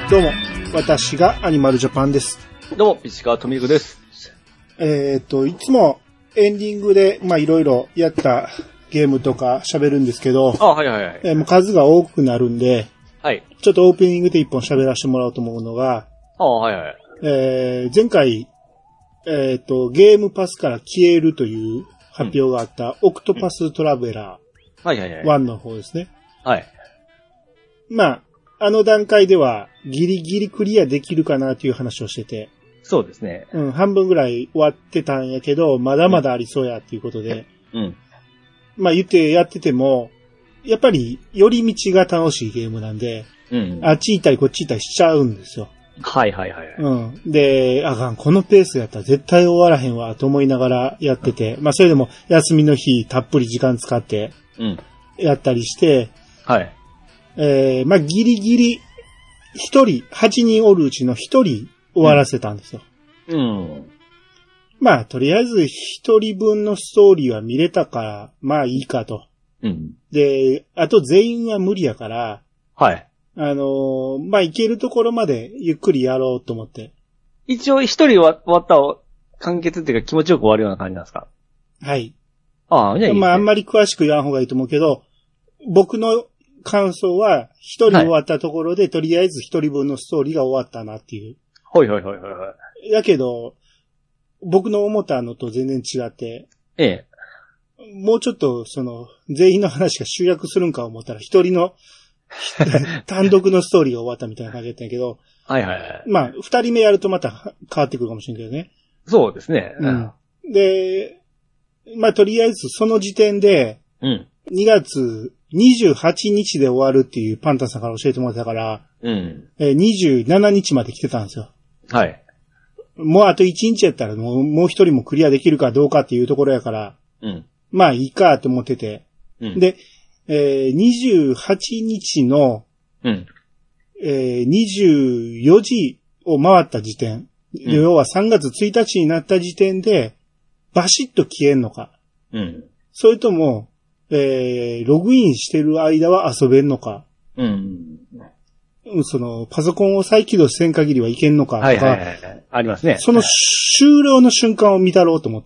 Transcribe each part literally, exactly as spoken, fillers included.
どうも、私がアニマルジャパンです。 どうも、石川とみるくです。 えっと、いつもエンディングで、まあいろいろやったゲームとか喋るんですけど、 あ、はいはいはい。 えー、もう数が多くなるんで、 はい。 ちょっとオープニングで一本喋らせてもらおうと思うのが、 あ、はいはい。 えー、前回、えっと、ゲームパスから消えるという発表があった、うん、オクトパストラベラーはいはいはい。 ワンの方ですね。 はい。 まあ、あの段階ではギリギリクリアできるかなという話をしてて。 そうですね。 うん、半分ぐらい終わってたんやけど、まだまだありそうやっていうことで。 うん。うん、 まあ言ってやってても、やっぱり寄り道が楽しいゲームなんで、うん、あっち行ったりこっち行ったりしちゃうんですよ。 はいはいはい。 うん。で、あかん、このペースやったら絶対終わらへんわと思いながらやってて、まあそれでも休みの日たっぷり時間使ってやったりして、 うん、はい。 えー、まあギリギリ一人、八人おるうちの一人終わらせたんですよ。 うん。うん、 まあとりあえず一人分のストーリーは見れたから、まあいいかと。 うん。で、 あと全員は無理やから、 はい。 あのー、まあ、行けるところまでゆっくりやろうと思って。 一応一人終わったを完結っていうか気持ちよく終わるような感じなんですか？はい。 ああ、じゃあいいですね。まあ、あんまり詳しく言わん方がいいと思うけど、僕の感想は一人終わったところで、はい、とりあえず一人分のストーリーが終わったなっていう。 はいはいはいはいはい。 やけど、僕の思ったのと全然違って、 ええ。 もうちょっと、その、全員の話が集約するんか思ったら、一人の単独のストーリーが終わったみたいな感じだったんやけど。 はいはいはい。 まあ、二人目やるとまた変わってくるかもしれんけどね。 そうですね。 うん。で、まあ、とりあえずその時点で、うん。にがつにじゅうはちにちで終わるっていうパンタンさんから教えてもらったから、うん。え、にじゅうしちにちまで来てたんですよ。はい。もうあといちにちやったらもう、もう一人もクリアできるかどうかっていうところやから、うん。まあ、いいかと思ってて。うん。で、えー、にじゅうはちにちの、うん。えー、にじゅうよじを回った時点、うん、要はさんがつついたちになった時点で、バシッと消えんのか。うん。それとも、えー、ログインしてる間は遊べんのか。うん。その、パソコンを再起動せん限りはいけんのかとか。 はいはいはい。ありますね。 その終了の瞬間を見たろうと思って。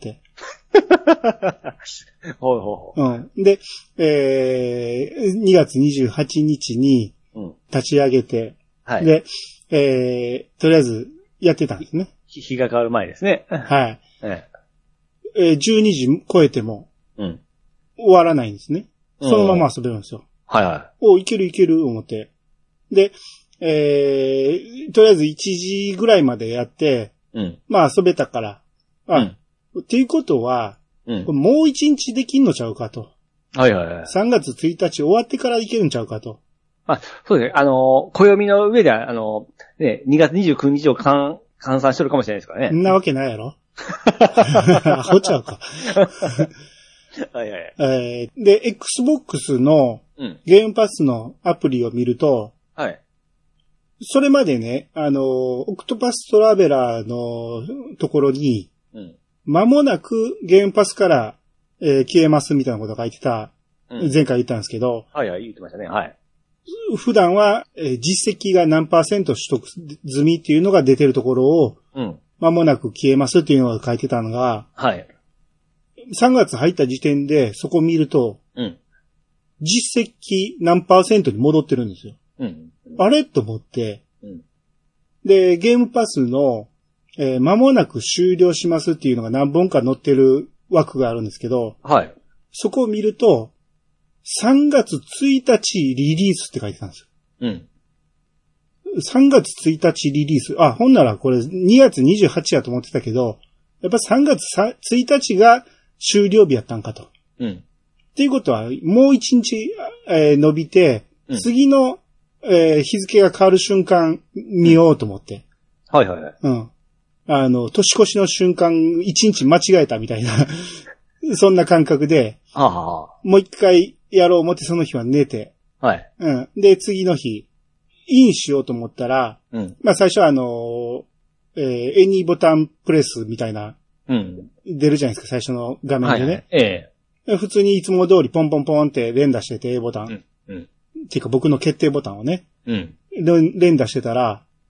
ほうほうほう。 うん。で、えー、にがつにじゅうはちにちに立ち上げて、うん、はい。で、えー、とりあえずやってたんですね。 日が変わる前ですね。 はい。えー、じゅうにじ超えても、うん。終わらないんですね。そのまま遊べるんですよ。はいはい。お、いけるいける思って。で、えー、とりあえずいちじぐらいまでやって、うん。まあ遊べたから、あ、うんっていうことは、うん、もう一日できんのちゃうかと。はいはいはい。さんがつついたち終わってからいけるんちゃうかと。 あ、そうですね。あの、暦の上では、あの、ね、にがつにじゅうくにちを換算してるかもしれないですからね。 そんなわけないやろアホちゃうか。はいはい。えー、で、Xbox のゲームパスのアプリを見ると、うん、はい。それまでね、あの、オクトパストラベラーのところに、うん間もなくゲームパスから、えー、消えますみたいなことが書いてた、うん、前回言ったんですけど。 はいはい、言ってましたね。はい。 普段は、えー、実績が何パーセント取得済みっていうのが出てるところを、うん。間もなく消えますっていうのが書いてたのが、はい。さんがつ入った時点でそこを見ると、うん。実績何パーセントに戻ってるんですよ。うん。あれと思って、うん。で、ゲームパスの、えー、間もなく終了しますっていうのが何本か載ってる枠があるんですけど、はい。そこを見ると、さんがつついたちリリースって書いてたんですよ。うん。さんがつついたちリリース。あ、ほんならこれにがつにじゅうはちやと思ってたけど、やっぱさんがつついたちが終了日やったんかと。うん。っていうことは、もう一日、えー、伸びて、うん、次の、えー、日付が変わる瞬間見ようと思って。 うん、はいはいはい。 うん。あの、年越しの瞬間、一日間違えたみたいな、そんな感覚で、ああもう一回やろう思ってその日は寝て、はい。うん。で、次の日、インしようと思ったら、うん。まあ最初はあの、えー、エニーボタンプレスみたいな、うん。出るじゃないですか、最初の画面でね。はいはい、ええ。普通にいつも通りポンポンポンって連打してて A ボタン。うん。うん。っていうか僕の決定ボタンをね。うん。連打してたら、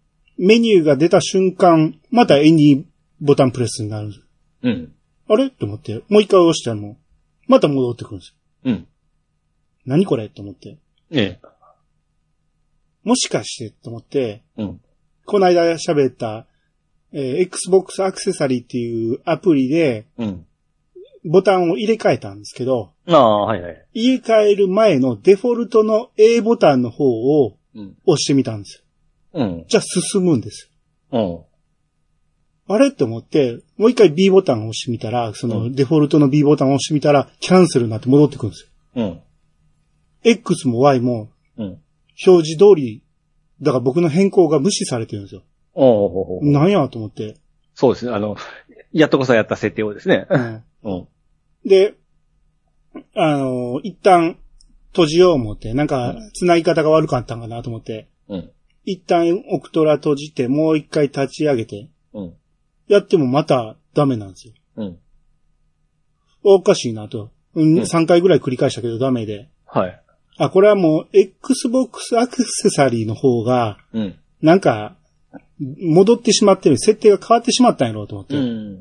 メニューが出た瞬間、またエニーボタンプレスになるんですよ。 うん。 あれと思って、もう一回押したらもう、また戻ってくるんですよ。うん。 何これと思って。 ええ。 もしかしてと思って、 うん。 この間喋った、えー、Xbox アクセサリーっていうアプリで、 うん。 ボタンを入れ替えたんですけど、 ああ、はいはい。 入れ替える前のデフォルトの A ボタンの方を押してみたんですよ。うん。 じゃあ進むんですよ。 うん。あれって思って、もう一回 B ボタンを押してみたら、そのデフォルトの B ボタンを押してみたら、キャンセルになって戻ってくるんですよ。うん。 X も Y も、 うん。 表示通り、だから僕の変更が無視されてるんですよ。 おー。 なんやと思って。 そうですね。あの、やっとこそやった設定をですね。うん。うん。 で、あの、一旦閉じよう思って、なんか、繋ぎ方が悪かったんかなと思って、 うん。 一旦オクトラ閉じて、もう一回立ち上げて、 うん。 やってもまたダメなんですよ。 うん。 おかしいなと。うん、さんかいぐらい繰り返したけどダメで。 はい。 あ、これはもう、Xbox アクセサリーの方が、 うん。 なんか、戻ってしまってる、設定が変わってしまったんやろうと思って。うん。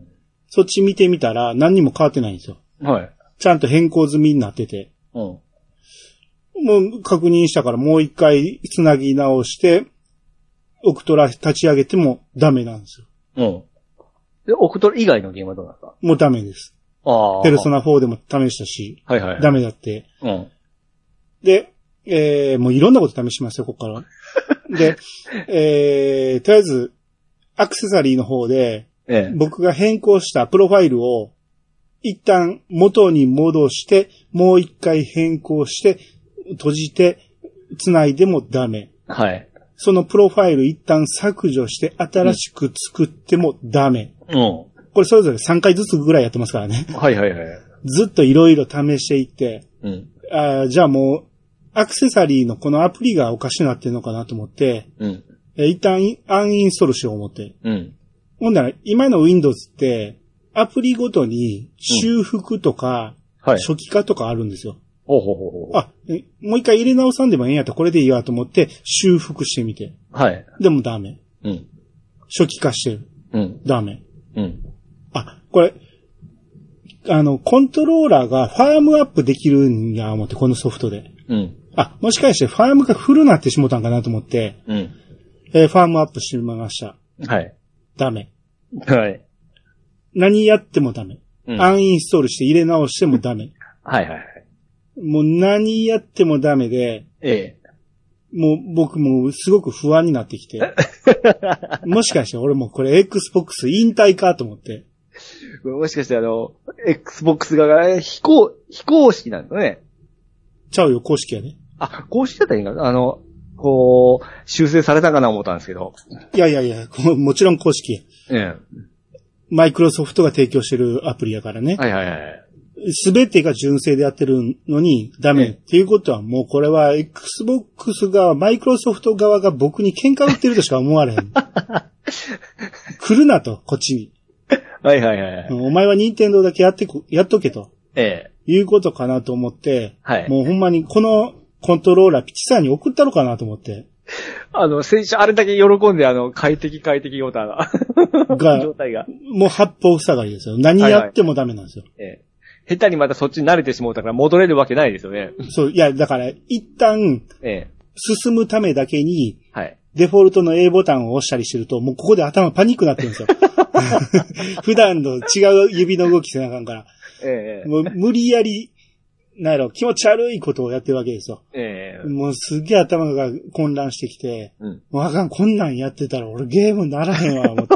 そっち見てみたら、何にも変わってないんですよ。 はい。 ちゃんと変更済みになってて。 うん。 もう確認したからもう一回繋ぎ直して、オクトラ立ち上げてもダメなんですよ。うん。で、オクトラ以外のゲームはどうなんですか？ もうダメです。ああ。ペルソナフォーでも試したし。 はいはい、はい。 ダメだって。 うん。 で、えー、もういろんなこと試しますよ、ここから。で、えー、とりあえず、アクセサリーの方で、ええ、僕が変更したプロファイルを、一旦元に戻して、もう一回変更して、閉じて、繋いでもダメ。 はい。 そのプロファイル一旦削除して、新しく作ってもダメ。 うん。これそれぞれさんかいずつぐらいやってますからね。 はいはいはい。 ずっといろいろ試していって、 うん。 あ、じゃあもう、アクセサリーのこのアプリがおかしくなってるのかなと思って、 うん。 一旦アンインストールしよう思って。 うん。 ほんなら、今の Windows って、アプリごとに修復とか、うん、初期化とかあるんですよ。 ほうほうほうほう。 あ、もう一回入れ直さんでもええんやったらこれでいいわと思って修復してみて。 はい。 でもダメ。 うん。 初期化してる。 うん。 ダメ。 うん。 あ、これ、あの、コントローラーがファームアップできるんや思って、このソフトで。 うん。 あ、もしかしてファームがフルなってしもたんかなと思って、 うん。 えー、ファームアップしてみました。 はい。 ダメ。 はい。 何やってもダメ。うん、アンインストールして入れ直してもダメ。 はいはいはい。 もう何やってもダメで、 ええ。 もう僕もすごく不安になってきて。もしかして俺もこれ Xbox 引退かと思って。 もしかしてあの、Xbox が非公、非公式なんですね。 ちゃうよ、公式やね。 あ、公式だったらいいんかな？あの、こう、修正されたかな思ったんですけど。 いやいやいや、もちろん公式や。 ええ。 マイクロソフトが提供してるアプリやからね。 はいはいはい。 すべてが純正でやってるのにダメっていうことはもうこれは Xbox 側、マイクロソフト側が僕に喧嘩売ってるとしか思われへん。来るなと、こっちに。 はいはいはい。 お前は任天堂だけやってこ、やっとけと。 ええ。 いうことかなと思って。 はい。 もうほんまにこのコントローラーピチさんに送ったのかなと思って。 あの、先週あれだけ喜んであの、快適快適ヨタが。 が、 状態が。 もう八方塞がりですよ。何やってもダメなんですよ。 はいはい、ええ。下手にまたそっちに慣れてしもうたから戻れるわけないですよね。 そう、いや、だから、一旦、 ええ、 進むためだけに、 はい。 デフォルトの A ボタンを押したりしてると、もうここで頭パニックになってるんですよ。普段の違う指の動きせなあかんから。 ええ。 もう無理やり、なんやろ、気持ち悪いことをやってるわけですよ。 ええ。 もうすっげえ頭が混乱してきて、うん、もうあかん、こんなんやってたら俺ゲームならへんわ、思って。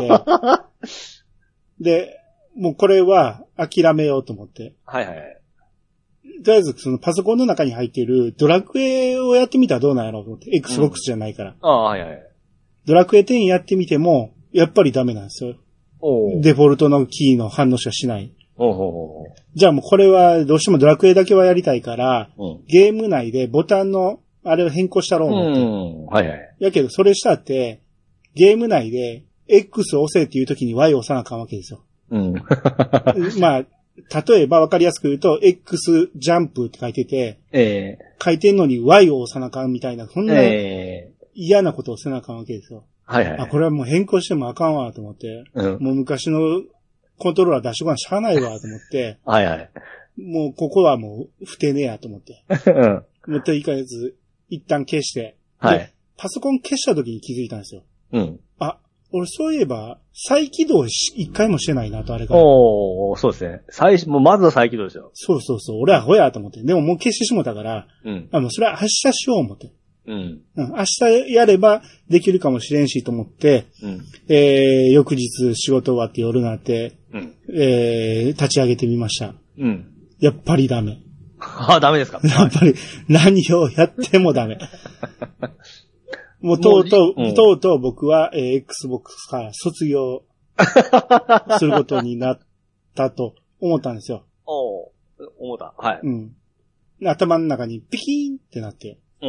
で、もうこれは諦めようと思って。 はいはいはい。 とりあえずそのパソコンの中に入っているドラクエをやってみたらどうなんやろうと思って。Xbox じゃないから。 うん、ああ、はいはい。 ドラクエテンやってみても、やっぱりダメなんですよ。 おデフォルトのキーの反応しかしない。 おおじゃあもうこれはどうしてもドラクエだけはやりたいから、うん、ゲーム内でボタンのあれを変更したろう思って。うん、はいはい。やけどそれしたって、ゲーム内で X を押せっていう時に Y を押さなあかんわけですよ。うん。まあ、例えばわかりやすく言うと、X ジャンプって書いてて、えー、書いてんのに Y を押さなあかんみたいな、そんな嫌なことをせなあかんわけですよ。 はいはい。 あ、これはもう変更してもあかんわと思って、うん、もう昔のコントローラー出しとかんしゃあないわと思って、 はいはい。 もうここはもう不定ねやと思って、うん。もう一回ず一旦消して、はい。パソコン消した時に気づいたんですよ。うん。あ、俺そういえば再起動一回もしてないなとあれから。 おー、そうですね。最初、もうまずは再起動ですよ。 そうそうそう。俺はほやと思って。でももう消してしもたから、うん。あの、それは明日しよう思って。うん。うん。明日やればできるかもしれんしと思って、うん。えー、翌日仕事終わって夜になって、うん。えー、立ち上げてみました。うん。やっぱりダメ。 あ、ダメですか？ やっぱり何をやってもダメ。もうとうとう、うん、とうとう僕は、えー、Xbox から卒業することになったと思ったんですよ。 おー、思った。はい。 うん。頭の中にピキーンってなって。うん。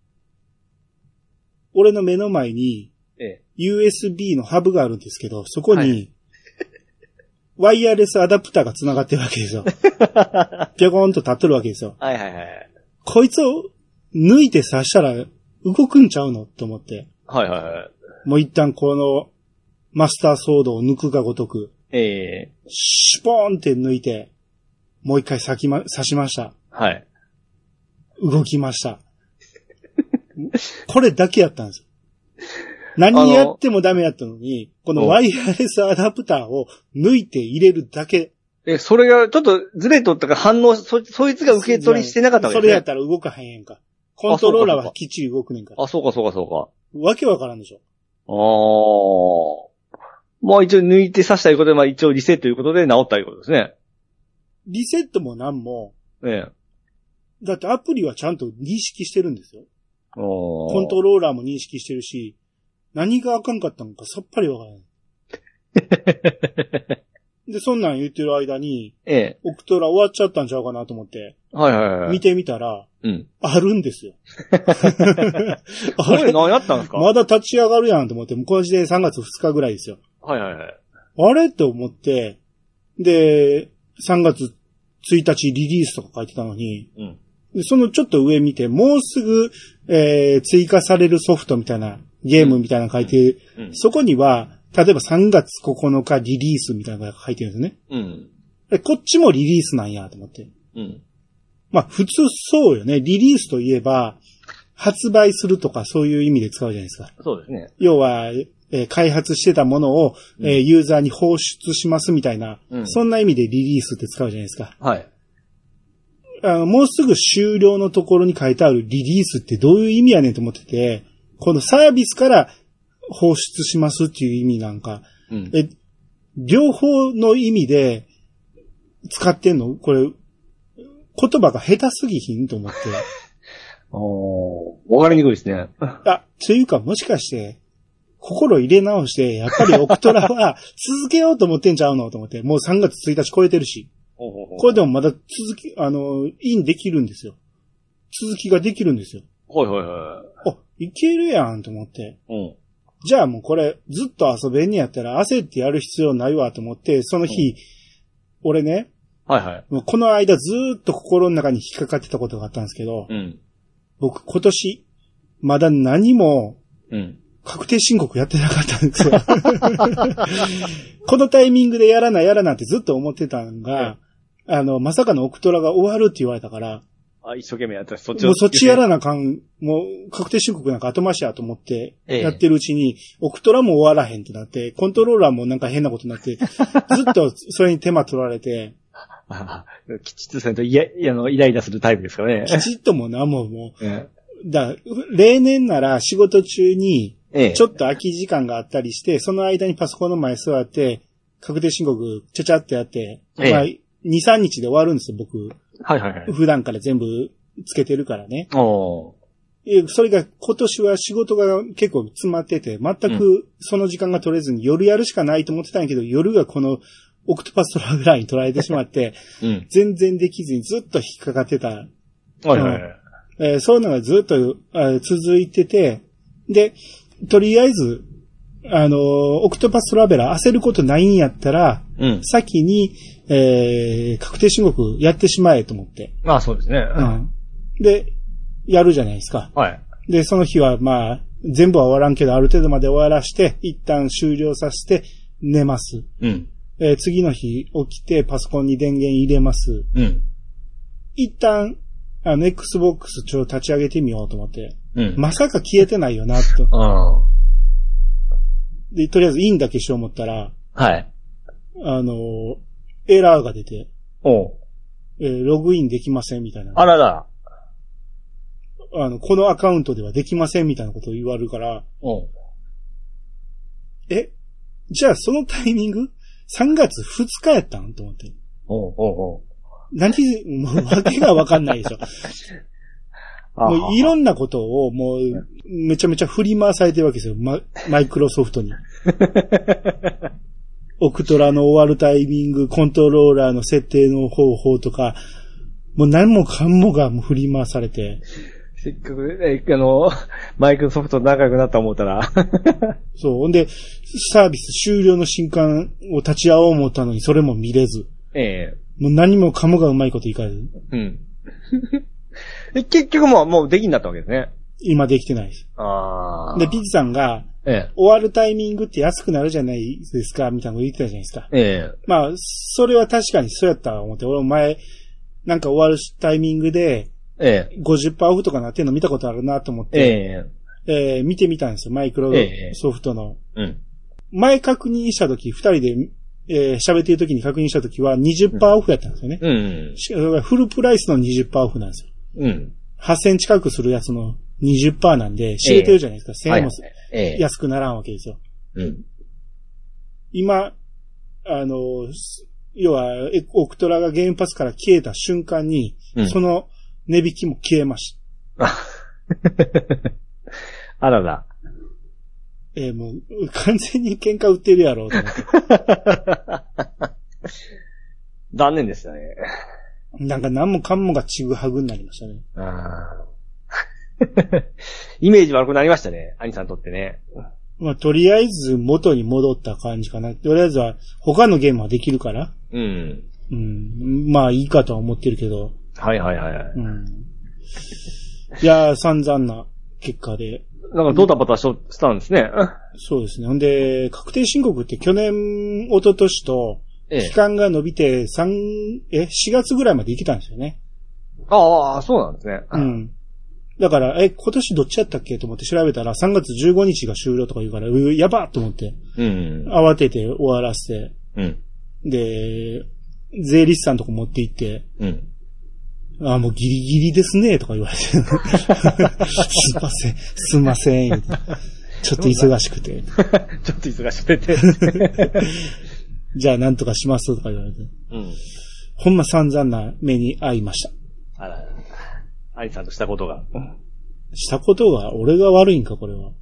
俺の目の前に、ええ、ユーエスビー のハブがあるんですけど、そこに、はい、ワイヤレスアダプターが繋がってるわけですよ。ぴょこんと立っとるわけですよ。 はいはいはい。 こいつを抜いて刺したら動くんちゃうのと思って。 はいはいはい。 もう一旦このマスターソードを抜くがごとく。ええー。シュポーンって抜いて、もう一回刺きま、刺しました。はい。動きました。これだけやったんですよ。何やってもダメやったのに、このワイヤレスアダプターを抜いて入れるだけ。 え、それがちょっとずれとったか反応、そ、そいつが受け取りしてなかったわけですね。 それやったら動かへんやんか。コントローラーはきっちり動くねんから。 あ、そうかそうかそうか。 わけわからんでしょ。 ああ。まあ一応抜いて刺したいうことで、まあ一応リセットということで治ったいうことですね。 リセットもなんも。ええ。だってアプリはちゃんと認識してるんですよ。コントローラーも認識してるし、何があかんかったのかさっぱりわからない。で、そんなん言ってる間に、ええ、オクトラ終わっちゃったんちゃうかなと思って、はいはいはい。見てみたら、うん。あるんですよ。 あれ何やったんですか？ まだ立ち上がるやんと思って、もうこの時点でさんがつふつかぐらいですよ。 はいはいはい。 あれって思って、で、さんがつついたちリリースとか書いてたのに、うん。でそのちょっと上見て、もうすぐ、えー、追加されるソフトみたいな、ゲームみたいなの書いて、うんうん、そこには、例えばさんがつここのかリリースみたいなのが書いてるんですね。うん。でこっちもリリースなんやと思って。うん。まあ普通そうよね。リリースといえば、発売するとかそういう意味で使うじゃないですか。 そうですね。 要は、えー、開発してたものを、うん、えー、ユーザーに放出しますみたいな、うん、そんな意味でリリースって使うじゃないですか。はい。あのもうすぐ終了のところに書いてあるリリースってどういう意味やねんと思ってて、このサービスから放出しますっていう意味なんか、うん、え、両方の意味で使ってんのこれ、言葉が下手すぎひんと思って。 おー、わかりにくいですね。 あ、というかもしかして、心入れ直して、やっぱりオクトラは続けようと思ってんちゃうのと思って、もうさんがつついたち超えてるし。これでもまだ続き、あの、インできるんですよ。続きができるんですよ。 はいはいはい。 あ、いけるやんと思って。うん。じゃあもうこれずっと遊べんにやったら焦ってやる必要ないわと思って、その日、うん、俺ね。はいはい。もうこの間ずーっと心の中に引っかかってたことがあったんですけど、うん。僕今年、まだ何も、うん。確定申告やってなかったんですよ。このタイミングでやらなやらなってずっと思ってたのが、うん、あの、まさかのオクトラが終わるって言われたから、 あ、一生懸命やったそっちを。 もうそっちやらなあかん、もう確定申告なんか後回しやと思ってやってるうちに、ええ、オクトラも終わらへんってなって、コントローラーもなんか変なことになって、ずっとそれに手間取られて。 きちっとせんといや、あの、イライラするタイプですからね。 きちっともなももう。ええ、だ例年なら仕事中に、ちょっと空き時間があったりして、その間にパソコンの前座って、確定申告ちゃちゃってやって、ええ、まあ、に、さんにちで終わるんですよ、僕。はいはいはい。普段から全部つけてるからね。おー。それが今年は仕事が結構詰まってて、全くその時間が取れずに夜やるしかないと思ってたんやけど、夜がこのオクトパストラぐらいに取られてしまって、うん、全然できずにずっと引っかかってた。はいはいはい。えー、そういうのがずっと続いてて、で、とりあえず、あのー、オクトパストラベラー焦ることないんやったら、うん、先に、えー、確定申告やってしまえと思って。 まあそうですね。 うん。で、やるじゃないですか。はい。で、その日はまあ、 全部は終わらんけど、ある程度まで終わらして、一旦終了させて、寝ます。 うん。 えー、次の日起きて、パソコンに電源入れます。 うん。 一旦、あの、Xbox ちょっと立ち上げてみようと思って。 うん。 まさか消えてないよな、と。 ああ。 で、とりあえずインだけしよう思ったら、 はい。 あの、エラーが出て、 おう。 えー、ログインできませんみたいな。 あらら。 あの、このアカウントではできませんみたいなことを言われるから、 おう。 え、じゃあそのタイミング ?さんがつふつかやったんと思って。 おうおうおう。 何、もうわけがわかんないでしょ。もういろんなことをもうめちゃめちゃ振り回されてるわけですよ。マ, マイクロソフトに。オクトラの終わるタイミング、コントローラーの設定の方法とか、もう何もかんもがもう振り回されて。 せっかく、え、あの、マイクロソフト仲良くなった思ったら。 そう。ほんで、サービス終了の瞬間を立ち会おう思ったのにそれも見れず。 ええ。 もう何もかもがうまいこといかれる。 うん。結局もう、もうできんなったわけですね。 今できてないです。 ああ。 で、ピッチさんが、ええ、終わるタイミングって安くなるじゃないですか、みたいなこと言ってたじゃないですか。 ええ。 まあ、それは確かにそうやったと思って、俺も前、なんか終わるタイミングで、 ええ。 ごじゅっパーセントオフとかなってんの見たことあるなと思って、えええー、見てみたんですよ、マイクロソフトの。ええ、うん。前確認したとき、二人で、えー、喋ってるときに確認したときは にじゅっパーセント オフやったんですよね。うん。うん、フルプライスの にじゅっパーセント オフなんですよ。うん。はっせん近くするやつの にじゅっパーセント なんで、知れてるじゃないですか。せんえんも安くならんわけですよ。うん。今、あの、要は、オクトラがゲームパスから消えた瞬間に、うん、その値引きも消えました。 あらら。 えー、もう、完全に喧嘩売ってるやろうと思って。 残念でしたね。 なんか何もかんもがちぐはぐになりましたね。 あイメージ悪くなりましたね。兄さんにとってね。 まあ、とりあえず元に戻った感じかな。とりあえずは他のゲームはできるから。うん。うん。まあいいかとは思ってるけど。 はいはいはい。うん。 いやー、散々な結果で。 なんかドタバタしたんですね。 そうですね。ほんで、確定申告って去年、一昨年と、期間が伸びて、三、え、しがつぐらいまで行けたんですよね。 ああ、そうなんですね。 うん。だから、え、今年どっちやったっけと思って調べたら、さんがつじゅうごにちが終了とか言うから、うやばーと思って、うん、慌てて終わらせて、うん、で、税理士さんとこ持って行って、うん、あ、もうギリギリですね、とか言われて。すいません、すいません。ちょっと忙しくて。 ちょっと忙しくて。 じゃあなんとかしますとか言われて。うん、ほんま散々な目に遭いました。あらら。 アリさんとしたことが。 したことが、俺が悪いんか、これは。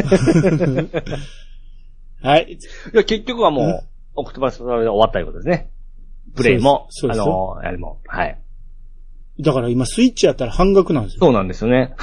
はい。 いや、結局はもう、オクトバスで終わったいうことですね。プレイも、あの、あれも、はい。 だから今スイッチやったら半額なんですよ。 そうなんですよね。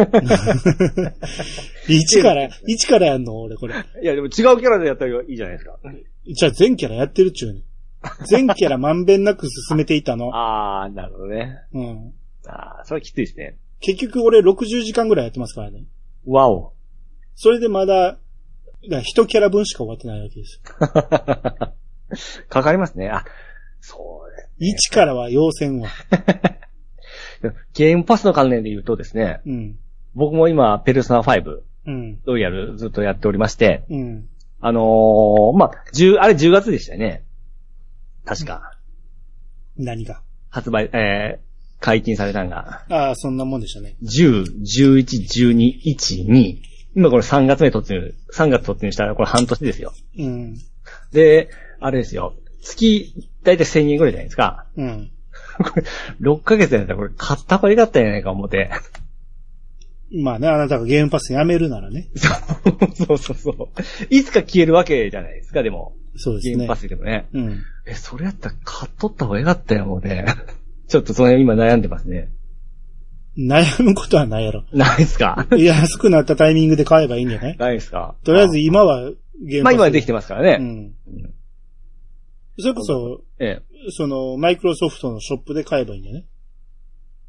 一から、一からやんの俺これ。 いや、でも違うキャラでやったらいいじゃないですか。 じゃあ全キャラやってるっちゅうね。全キャラまんべんなく進めていたの。 あー、なるほどね。うん。ああ、それはきついですね。 結局俺ろくじゅうじかんぐらいやってますからね。 わお。 それでまだ、一キャラ分しか終わってないわけですよ。かかりますね。あ、そうです、ね。 いちからは要せんわ。 ゲームパスの関連で言うとですね。うん。僕も今、ペルソナファイブ。うん。ロイヤルずっとやっておりまして。うん。あのー、まあ、10、あれじゅうがつでしたよね。確か。 何が発売、えー、解禁されたんが。 ああ、そんなもんでしたね。 じゅう、じゅういち、じゅうに、いち、に。今これさんがつめ突入。さんがつ突入したらこれ半年ですよ。うん。で、あれですよ。月、だいたいせんえんぐらいじゃないですか。うん。これ、ろっかげつやったらこれ買った方がよかったんじゃないか思って。 まあね、あなたがゲームパスやめるならね。 そうそうそう。いつか消えるわけじゃないですか、でも。 そうですね。 ゲームパスでもね。うん。え、それやったら買っとった方がよかったよ、もうね。ちょっとその辺今悩んでますね。 悩むことはないやろ。 ないっすか。 安くなったタイミングで買えばいいんじゃない？ ないっすか。 とりあえず今はゲームパス。まあ今はできてますからね。うん。 それこそ、ええ、その、マイクロソフトのショップで買えばいいんじゃない？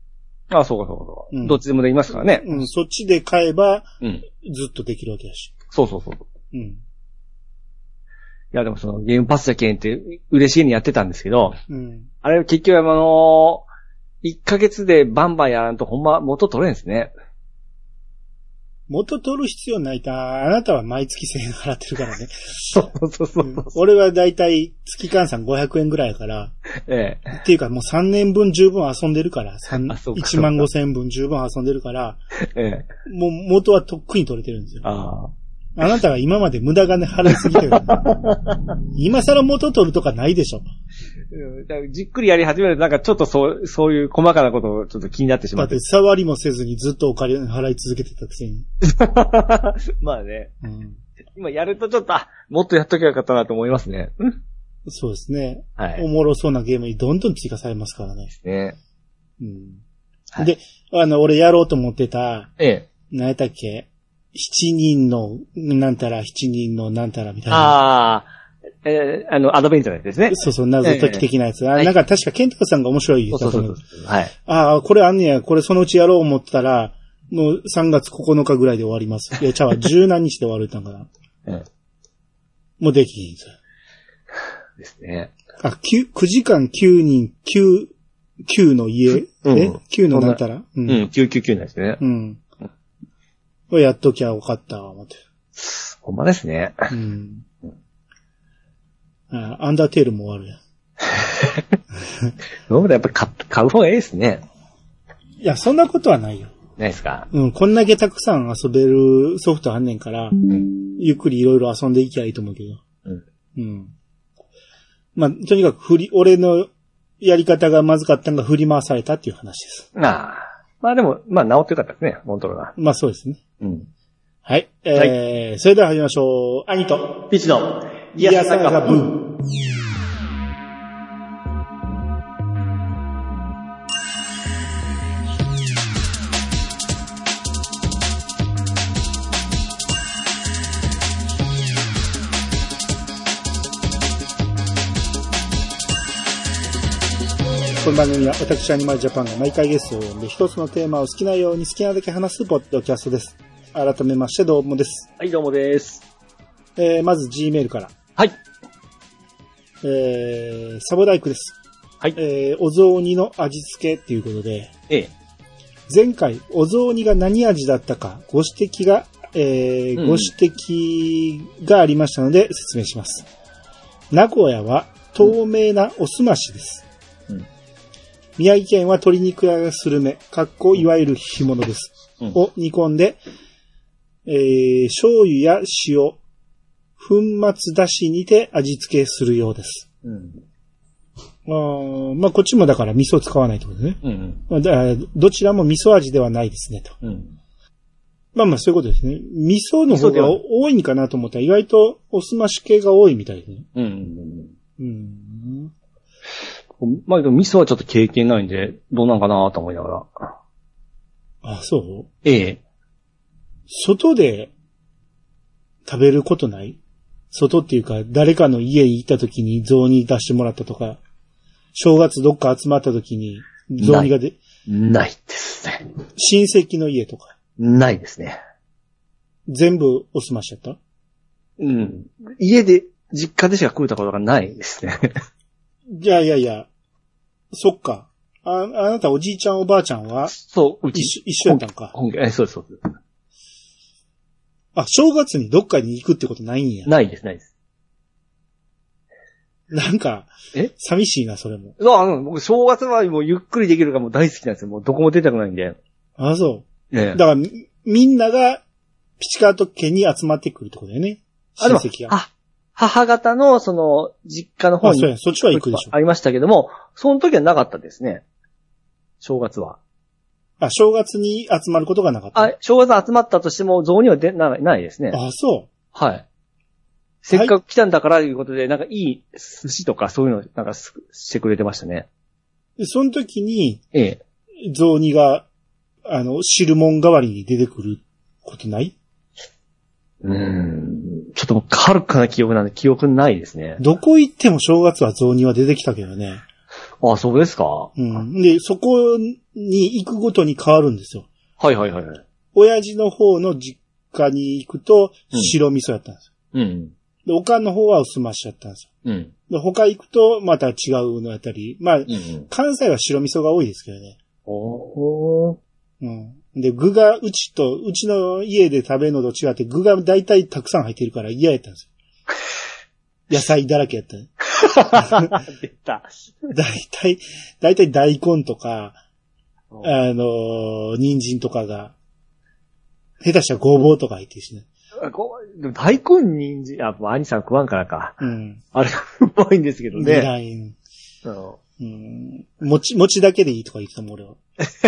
あ、そうかそうかそう、うん。どっちでもできますからね。 うん、そっちで買えば、うん、ずっとできるわけだし。 そうそうそう。うん。いや、でもそのゲームパスじゃけんって嬉しいにやってたんですけど、うん、あれ結局あのー、いっかげつでバンバンやらんとほんま元取れんですね。 元取る必要ないか。あなたは毎月せんえん払ってるからね。 そうそうそう、うん。 俺はだいたい月換算ごひゃくえんぐらいやから。ええ。っていうかもうさんねんぶん十分遊んでるから。いちまんごせんぶん十分遊んでるから。ええ。もう元はとっくに取れてるんですよ。ああ。あなたが今まで無駄金払いすぎてる。今更元取るとかないでしょ。 じっくりやり始めるとなんかちょっとそう、そういう細かなことをちょっと気になってしまって。 だって触りもせずにずっとお金払い続けてたくせに。 まあね、うん。今やるとちょっと、あ、もっとやっときゃよかったなと思いますね。 そうですね。はい。おもろそうなゲームにどんどん追加されますからね。ね。うん。はい、で、あの、俺やろうと思ってた、ええ。何やったっけ七人の、なんたら、七人のなんたらみたいな。ああ。 えー、あの、アドベンチャーですね。 そうそう、謎解き的なやつ。えー、あなんか確かケンタコさんが面白い言ったと思う。そうそうそう。はい。ああ、これあんねや、これそのうちやろう思ったら、もうさんがつここのかぐらいで終わります。いや、ちゃうわ、十何日で終わるたんかな。うん。もうできひんですよ。 ですね。 あ、九、九時間九人、九、九の家、うん、え九のなんたらうん。九九九なんですね。うん。 これやっときゃよかった、思って。 ほんまですね。うん。 ああ、アンダーテールも終わるやん。 僕らやっぱり買、買う方がいいですね。 いや、そんなことはないよ。 ないですか？ うん、こんだけたくさん遊べるソフトあんねんから、うん、ゆっくりいろいろ遊んでいきゃいいと思うけど。うん。うん。まあ、とにかく振り、俺のやり方がまずかったのが振り回されたっていう話です。 ああ。まあでも、まあ治ってよかったですね、モントロが。 まあそうですね。うん。はい。えー、はい、それでは始めましょう。兄と、 ピチの、 ギアサガブー。この番組は私アニマルジャパンが毎回ゲストを呼んで一つのテーマを好きなように好きなだけ話すポッドキャストです。改めましてどうもです。 はい、どうもです。 えー、まず G メールから。 はい。 えー、サボダイクです。はい。えー、お雑煮の味付けっていうことで。ええ。前回、お雑煮が何味だったかご指摘が、えー、うん、ご指摘がありましたので説明します。名古屋は透明なおすましです。うん。宮城県は鶏肉やスルメ、かっこいわゆる干物です。うん、を煮込んで、えー、醤油や塩、粉末だしにて味付けするようです。うん、あまあ、こっちもだから味噌使わないってことね。うんうん、だどちらも味噌味ではないですねと。うん、まあまあそういうことですね。味噌の方が多いんかなと思ったら意外とおすまし系が多いみたいですね。うんうんうんうん、まあ、でも味噌はちょっと経験ないんで、どうなんかなと思いながら。 あ、そうええ。 外で食べることない？外っていうか、誰かの家に行った時に雑煮出してもらったとか、正月どっか集まった時に雑煮がで、 ない、ないですね。 親戚の家とか。 ないですね。 全部おすましちゃった？ うん。家で、実家でしか食うたことがないですね。 いやいやいや、そっか。あ、あなたおじいちゃんおばあちゃんはそう、うち一緒やったんか。 え、そうです、そうです。 あ、正月にどっかに行くってことないんや。 ないです、ないです。 なんか、え寂しいな、それも。 そう、あの、僕、正月はもうゆっくりできるからもう大好きなんですよ。もうどこも出たくないんで。 あ、そう。ええ。だから、みんなが、ピチカート家に集まってくるってことだよね。親戚が。 あ、母方の、その、実家の方に。あ、 そうや、そっちは行くでしょ。 ありましたけども、その時はなかったですね。正月は。 あ、正月に集まることがなかった。 あ、正月集まったとしても、雑煮は出な、ないですね。 あ、そう。 はい。せっかく来たんだからということで、はい、なんかいい寿司とかそういうのなんかしてくれてましたね。 で、その時に、ええ。雑煮が、あの、汁物代わりに出てくることない？ うーん。ちょっともう、はるかな記憶なんで記憶ないですね。 どこ行っても正月は雑煮は出てきたけどね。 あ、そうですか。 うん。で、そこに行くごとに変わるんですよ。 はいはいはい。 親父の方の実家に行くと白味噌やったんですよ。うん。で、おかんの方は薄増しやったんですよ。うん。で、他行くとまた違うのやったり、まあ、うんうん、関西は白味噌が多いですけどね。おー。うん。で、具が、うちと、うちの家で食べるのと違って具が大体たくさん入ってるから嫌やったんですよ。野菜だらけやったね。出た。大体、大体大根とか、あの、人参とかが、下手したらごぼうとか入ってるしね。 大根、人参、あ、兄さん食わんからか。うん。あれ、うまいんですけどね。いらん。うん。 餅、餅だけでいいとか言ってたもん、俺は。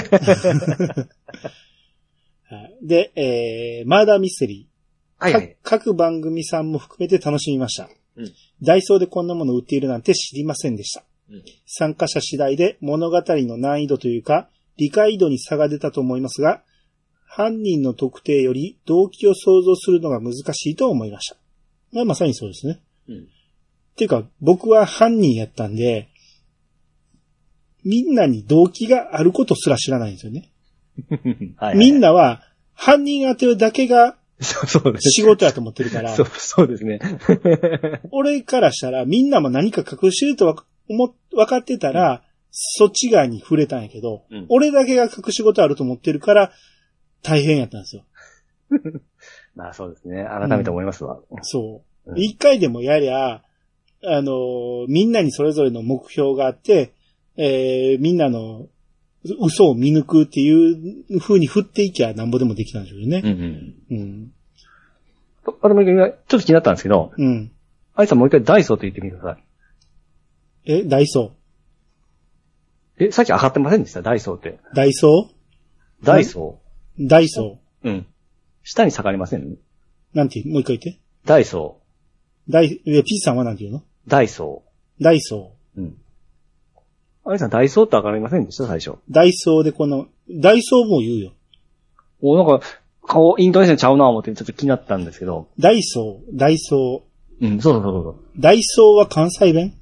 で、えー、マーダーミステリー。はいはい。各番組さんも含めて楽しみました。うん。ダイソーでこんなものを売っているなんて知りませんでした。うん。参加者次第で物語の難易度というか、理解度に差が出たと思いますが、犯人の特定より動機を想像するのが難しいと思いました。まあ、まさにそうですね。うん。っていうか、僕は犯人やったんで、みんなに動機があることすら知らないんですよね。はいはい、みんなは、犯人当てるだけが、仕事やと思ってるから。 そう、そうですね。 俺からしたら、みんなも何か隠してるとわ思分かってたら、うん、そっち側に触れたんやけど、うん、俺だけが隠し事あると思ってるから、大変やったんですよ。 まあそうですね。改めて思いますわ。 うん、そう。一、うん、回でもやりゃ、あのー、みんなにそれぞれの目標があって、えー、みんなの嘘を見抜くっていう風に振っていきゃなんぼでもできたんでしょうよね。うんうん。うん。 あれもちょっと気になったんですけど、うん。あいさんもう一回ダイソーと言ってみてください。 え、ダイソー。え、さっき上がってませんでしたダイソーって。 ダイソーダイソー。ダイソー。うん。下に下がりませんなんていうもう一回言って。 ダイソー。ダイ、え、ピーさんはなんて言うのダイソー。ダイソー。うん。 あいさん、ダイソーって上がりませんでした最初。 ダイソーでこの、ダイソーも言うよ。 お、なんか、顔、イントネーションちゃうなぁ思ってちょっと気になったんですけど。 ダイソー、ダイソー。うん、そうそうそうそう。 ダイソーは関西弁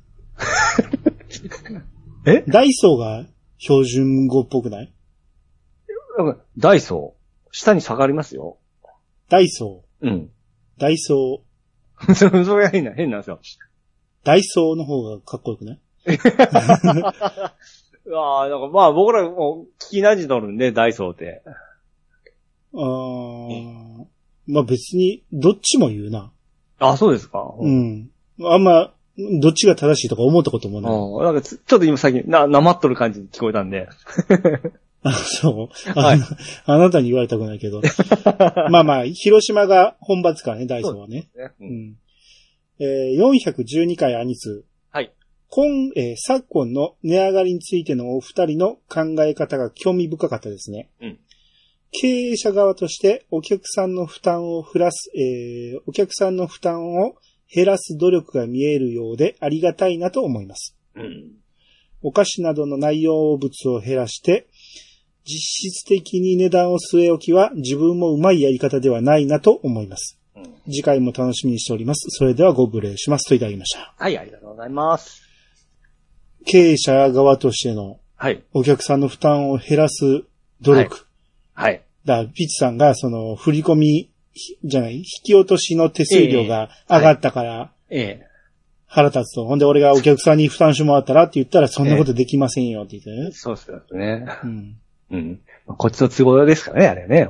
えダイソーが標準語っぽくないダイソー。下に下がりますよ。 ダイソー。うん。 ダイソー。それ、それが変な、変なんですよ。 ダイソーの方がかっこよくないああ、なんかまあ僕らも聞きなじとるんで、ダイソーって。 ああ、まあ別に、どっちも言うな。 あ、そうですか。 うん。あんま、どっちが正しいとか思ったこともない。 あなんかちょっと今最近、な、なまっとる感じに聞こえたんで。 あ、そうあ、はい、あなたに言われたくないけど。まあまあ、広島が本場ですからね、ダイソーはね。ねうんうんえー、よんひゃくじゅうにかいアニツ。 はい。 今、えー、昨今の値上がりについてのお二人の考え方が興味深かったですね。うん。経営者側としてお客さんの負担を減らす、えー、お客さんの負担を減らす努力が見えるようでありがたいなと思います。うん。お菓子などの内容物を減らして、実質的に値段を据え置きは自分もうまいやり方ではないなと思います。うん、次回も楽しみにしております。それではご無礼しますといただきました。 はい、ありがとうございます。 経営者側としての、はい。お客さんの負担を減らす努力。はい。はい、だから、ピッチさんが、その、振り込み、じゃない、引き落としの手数料が上がったから、ええはい、ええ腹立つと。ほんで、俺がお客さんに負担してもらったらって言ったら、そんなことできませんよって言ってね。ええ、 そうですね。うん。うん。こっちの都合ですからね、あれね。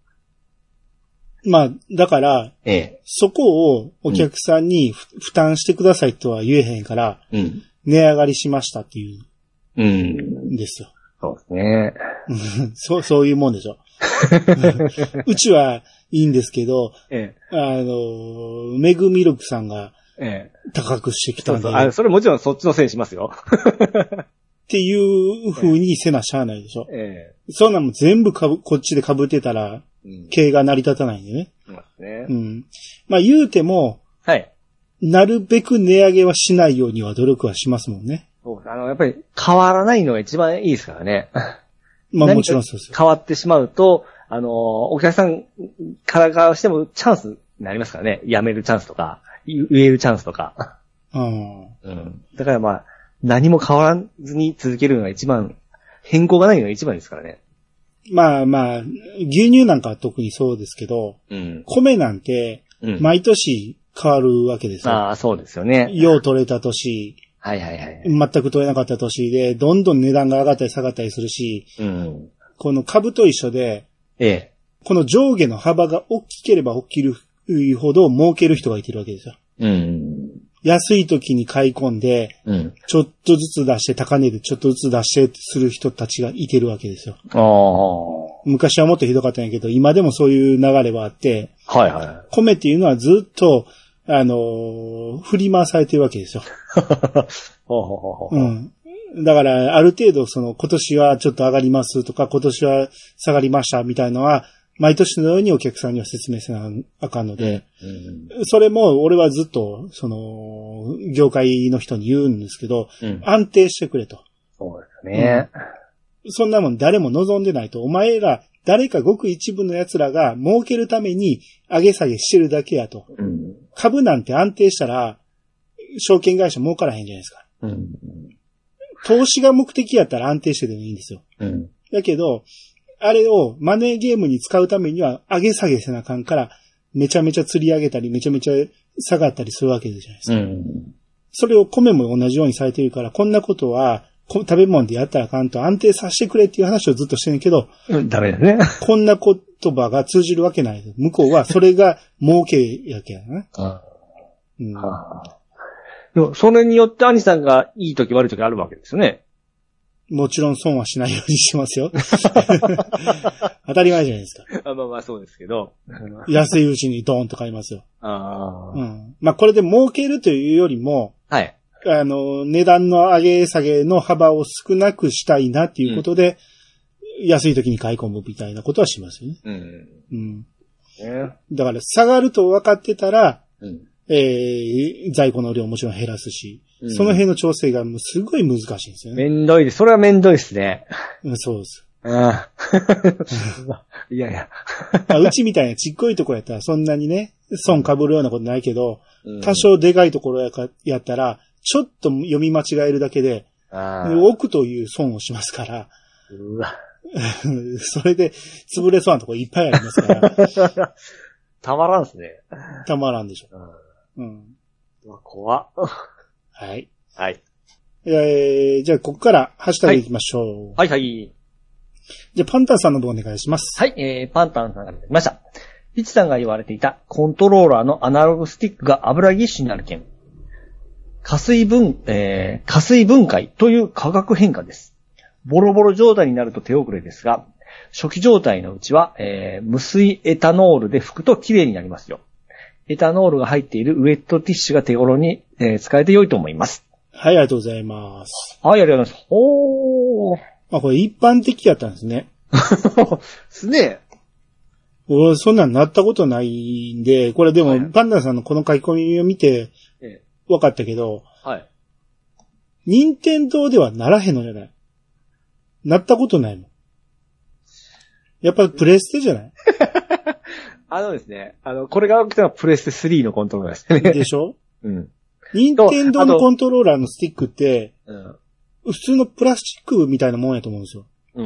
まあ、だから、ええ、そこをお客さんに、うん、負担してくださいとは言えへんから、うん、値上がりしましたっていう、うん、ですよ。 そうですね。 そう、そういうもんでしょ。うちはいいんですけど、ええ、あの、めぐみろくさんが、高くしてきたんで、ええ、そうそうあ。それもちろんそっちのせいにしますよ。 っていう風にせなしゃあないでしょ。ええ、そんなもん全部かぶ、こっちで被ってたら、経営が成り立たないんでね。うん。ねうん。まあ言うても、はい。なるべく値上げはしないようには努力はしますもんね。 そう。あの、やっぱり変わらないのが一番いいですからね。 まあもちろんそうです。 変わってしまうと、あの、お客さんからからしてもチャンスになりますからね。辞めるチャンスとか、言えるチャンスとか。うん。うん。だからまあ、 何も変わらずに続けるのが一番、変更がないのが一番ですからね。 まあまあ、牛乳なんかは特にそうですけど、うん、米なんて、毎年変わるわけですよ。 うん、ああ、そうですよね。 よう取れた年、 はいはいはい。 全く取れなかった年で、どんどん値段が上がったり下がったりするし、うん、この株と一緒で、ええ、この上下の幅が大きければ大きいほど儲ける人がいてるわけですよ。うん、安い時に買い込んで、うん、ちょっとずつ出して高値でちょっとずつ出してする人たちがいてるわけですよ。あ、昔はもっとひどかったんやけど、今でもそういう流れはあって、はいはい、米っていうのはずっと、あのー、振り回されてるわけですよ。うん。だから、ある程度、その、今年はちょっと上がりますとか、今年は下がりましたみたいなのは、毎年のようにお客さんには説明せなあかんので、うん、それも俺はずっと、その、業界の人に言うんですけど、うん、安定してくれと。 そうですね、 うん。そんなもん誰も望んでないと。お前ら、誰かごく一部の奴らが儲けるために上げ下げしてるだけやと。うん、株なんて安定したら、証券会社儲からへんじゃないですか。うん、投資が目的やったら安定してでもいいんですよ。うん、だけど、あれをマネーゲームに使うためには上げ下げせなあかんから、めちゃめちゃ釣り上げたり、めちゃめちゃ下がったりするわけじゃないですか。うん、それを米も同じようにされてるから、こんなことは食べ物でやったらあかんと安定させてくれっていう話をずっとしてるけど、 うん、ダメだね。 こんな言葉が通じるわけない。向こうはそれが儲けやけやな。あ、 うん、はあ、でもそれによって兄さんがいい時悪い時あるわけですよね。 もちろん損はしないようにしてますよ。当たり前じゃないですか。 あ、まあまあそうですけど。 安いうちにドーンと買いますよ。あ、うん、まあこれで儲けるというよりも、はい。あの、値段の上げ下げの幅を少なくしたいなっていうことで、うん、安い時に買い込むみたいなことはしますよね。うん。うん。えー、だから下がると分かってたら、うん、えー、在庫の量もちろん減らすし、うん、その辺の調整がもうすごい難しいんですよね。 めんどいです。それはめんどいですね。 うん、そうです。 ああいやいやうちみたいなちっこいとこやったらそんなにね、損被るようなことないけど、うん、多少でかいところやかやったら、ちょっと読み間違えるだけで、億という損をしますから、うわそれで潰れそうなところいっぱいありますから。 たまらんすね。 たまらんでしょ。うん。 うわ、怖っ。 はい。 はい。 えー、じゃあ、ここからハッシュタグ行きましょう。 はい、はい、はい。 じゃあ、パンタンさんの方お願いします。 はい、えー、パンタンさんが出てきました。ピチさんが言われていたコントローラーのアナログスティックが油ぎっしゅになる件。加水分、えー、加水分解という化学変化です。ボロボロ状態になると手遅れですが、初期状態のうちは、えー、無水エタノールで拭くと綺麗になりますよ。エタノールが入っているウェットティッシュが手頃に、えー、使えて良いと思います。 はい、ありがとうございます。 はい、ありがとうございます。おー。 あ、これ一般的やったんですね。 すね。 俺、そんなんなったことないんで、これでも、はい、パンダさんのこの書き込みを見て、分かったけど、はい。任天堂ではならへんのじゃない？なったことないの？やっぱりプレステじゃない？ あのですね、あの、これが起きたのはプレステスリーのコントローラーですね。 でしょ？うん。任天堂のコントローラーのスティックって、うん、普通のプラスチックみたいなもんやと思うんですよ。うん。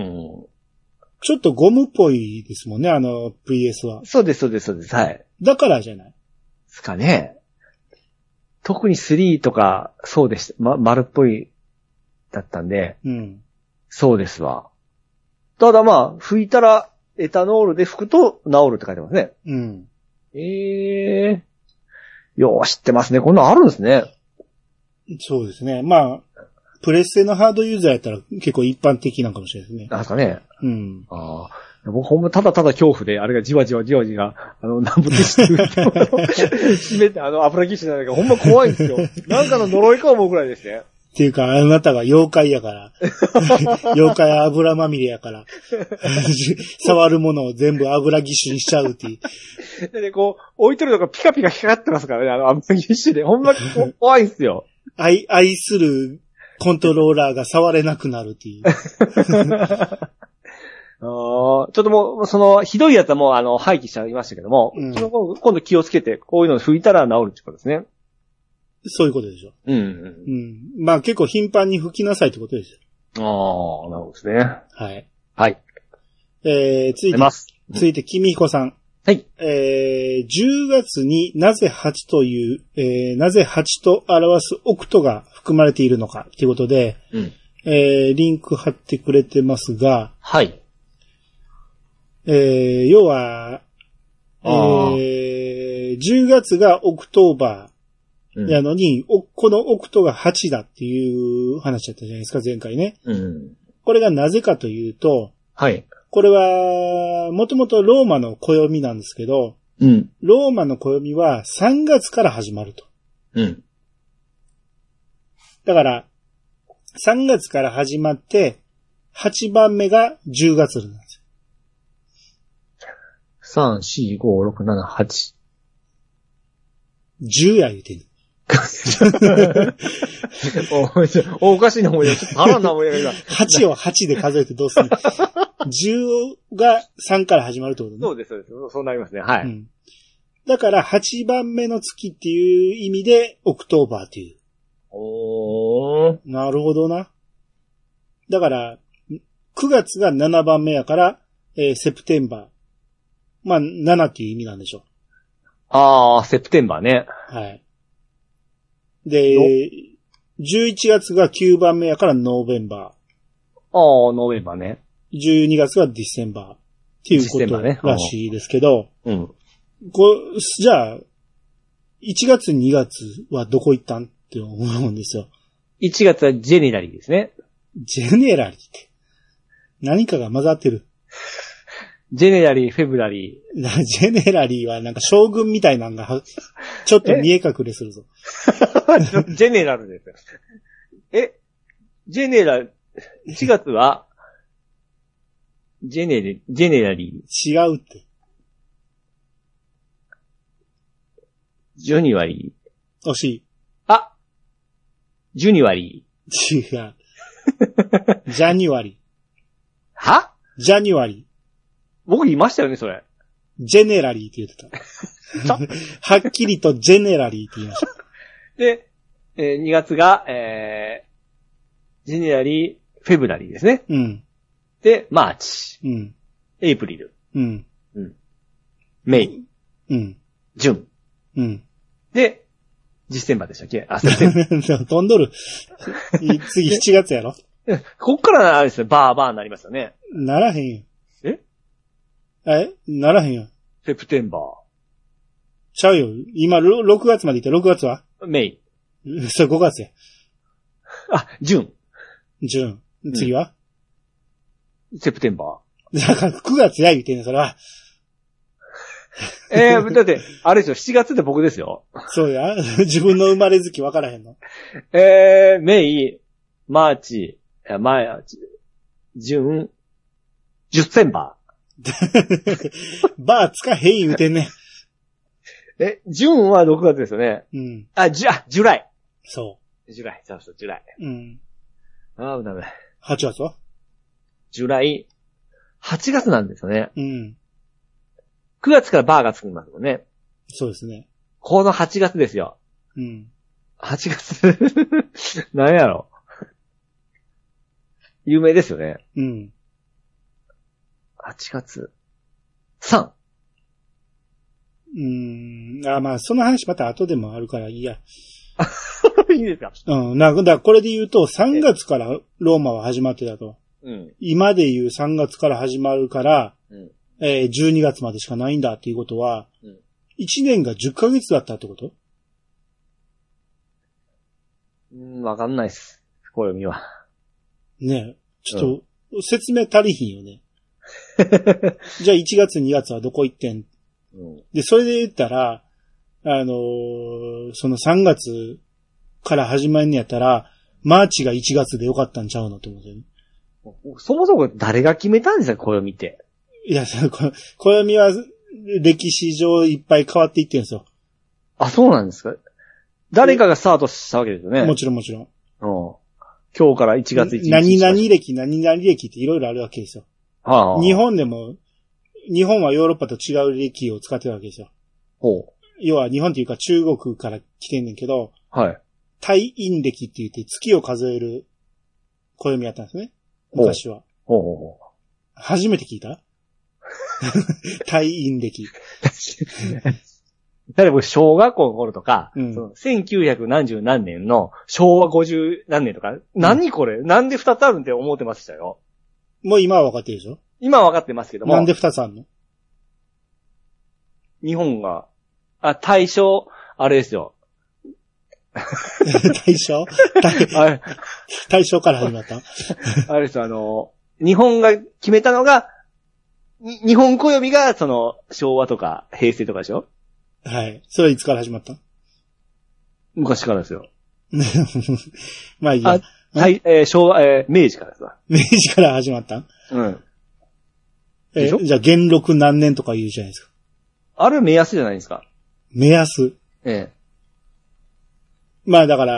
ちょっとゴムっぽいですもんね、あの ブイエス は。 そうです、そうです、そうです。はい。 だからじゃない？ すかね。特にスリーとか、そうでした。ま、丸っぽい、だったんで。うん。そうですわ。ただまあ、拭いたら、エタノールで拭くと治るって書いてますね。うん。ええー。よー、知ってますね。こんなのあるんですね。 そうですね。まあ、プレステのハードユーザーやったら結構一般的なんかもしれないですね。 なんですかね。うん。ああ。僕ほんまただただ恐怖で、あれがじわじわじわじわ、あの、南部ティッシュ閉めて、あの、油ぎっしゅなんかほんま怖いんですよ。なんかの呪いか思うくらいですね。 っていうか、あなたが妖怪やから。妖怪油まみれやから。触るものを全部油ぎっしゅにしちゃうっていう。 でね、こう、置いとるのがピカピカ光ってますからね、あの油ぎっしゅで。ほんま怖いんですよ。 愛、愛するコントローラーが触れなくなるっていう。 あちょっともう、その、ひどいやつはもう、あの、廃棄しちゃいましたけども、うん、その今度気をつけて、こういうのを拭いたら治るってことですね。 そういうことでしょ。うん、うん。うん。まあ結構頻繁に吹きなさいってことですよ。 ああ、なるほどですね。 はい。 はい。 えー、続いて、続いて、君彦さん。 はい。 えー、じゅうがつになぜはちという、えー、なぜはちと表すオクトが含まれているのかということで、うん、えー、リンク貼ってくれてますが、 はい。 えー、要は、えー、じゅうがつがオクトーバーやのに、うん、このオクトがはちだっていう話だったじゃないですか、前回ね。うん、これがなぜかというと、 はい。 これは、もともとローマの暦なんですけど、うん、ローマの暦はさんがつから始まると。うん。だから、さんがつから始まって、はちばんめがじゅうがつなんですよ。さん、よん、ご、ろく、なな、はち。 じゅうや言うてんの。 お, おかしいな思い出。ちょっと腹な思い出が。 はちをはちで数えてどうするの ?じゅう がさんから始まるってことね。 そうです、そうです。そうなりますね。はい。うん、 だからはちばんめの月っていう意味で、オクトーバーっていう。 おー。 なるほどな。だから、くがつがななばんめやから、えー、セプテンバー。まあ、ななっていう意味なんでしょう。 あー、セプテンバーね。 はい。で、じゅういちがつがきゅうばんめやからノーベンバー。ああ、ノーベンバーね。 じゅうにがつがディセンバーっていうことらしいですけど、ね、うん。こじゃあ、いちがつにがつはどこ行ったんって思うんですよ。 いちがつはジェネラリーですね。 ジェネラリーって。何かが混ざってる。 ジェネラリー、フェブラリー。ジェネラリーはなんか将軍みたいなのが、ちょっと見え隠れするぞ。 ジェネラルですよ。えジェネラル、いちがつは、ジェネレ、ジェネラリー。違うって。 ジュニワリー。惜しい。 あジュニワリー。違う。ジャニュアリー。 はジャニュアリー。 僕言いましたよね、それ。 ジェネラリーって言ってた。はっきりとジェネラリーって言いました。 で、えー、にがつが、えー、ジェネラリー、フェブラリーですね。うん。で、マーチ。うん。エイプリル。うん。うん。メイ。うん。ジュン。うん。で、ディセンバーでしたっけ？あ、セプテンバー。 飛んどる。次しちがつやろ？ こっからあれですね、バーバーになりますよね。 ならへんよ。 ええならへんよ。 セプテンバー。 ちゃうよ。今、ろくがつまでいって、ろくがつはメイ。 それごがつや。 あ、ジュン。 ジュン。次は、 うん、セプテンバー。だからくがつや言うてんねん、それは。 えー、だって、あれですよ、しちがつで僕ですよ。 そうや。自分の生まれ月分からへんの。 えー、メイ、マーチ、マーチ、ジュン、ジュッセンバー。 バーつかへん言うてんね。 え、ジュンはろくがつですよね。うん。あ、ジュ、あ、ジュライ。 そう。 ジュライ、そうそう、ジュライ。うん。 ああ、ダメ。 はちがつはジュライ、はちがつなんですよね。うん。くがつからバーがつきますもんね。 そうですね。 このはちがつですよ。うん。はちがつ何やろ。有名ですよね。うん。はちがつ。さん。 うーん。あ、まあ、その話また後でもあるからいいや。 いいですか？ うん。なんか、だこれで言うと、さんがつからローマは始まってたと。うん。今で言うさんがつから始まるから、うん。えー、じゅうにがつまでしかないんだっていうことは、うん。いちねんがじゅっかげつだったってこと？ うん、わかんないっす。暦は。 ねえ。ちょっと、うん、説明足りひんよね。じゃあいちがつにがつはどこ行ってん、うん、で、それで言ったら、あのー、そのさんがつから始まるんやったら、マーチがいちがつでよかったんちゃうのって思うんだよね。 そもそも誰が決めたんですか、暦って。 いや、暦は歴史上いっぱい変わっていってんですよ。 あ、そうなんですか？誰かがスタートしたわけですよね。 もちろんもちろん。うん。 今日からいちがついちにち。 何々歴、何々歴っていろいろあるわけですよ。はあ、日本でも、日本はヨーロッパと違う歴を使ってるわけですよ。ほう。要は日本というか中国から来てんねんけど、 はい。 太陰暦って言って月を数える暦やったんですね。昔は。 ほうほうほう。 初めて聞いた太陰暦。 だって僕、小学校の頃とか、うん、そのせんきゅうひゃく何十何年の昭和ごじゅう何年とか、うん、何これなんで二つあるんって思ってましたよ。 もう今は分かってるでしょ？ 今は分かってますけども。 なんで二つあるの？ 日本が、あ、大正、あれですよ。 大正大, 大正から始まったあれですよ、あの、日本が決めたのが、日本暦が、その、昭和とか平成とかでしょ？ はい。それはいつから始まった？ 昔からですよ。 まあいいや。 はい、えー、昭和、えー、明治からですわ。 明治から始まったうん。 えー、じゃあ元禄何年とか言うじゃないですか。 あれ目安じゃないですか。 目安？ ええ。 まあだから、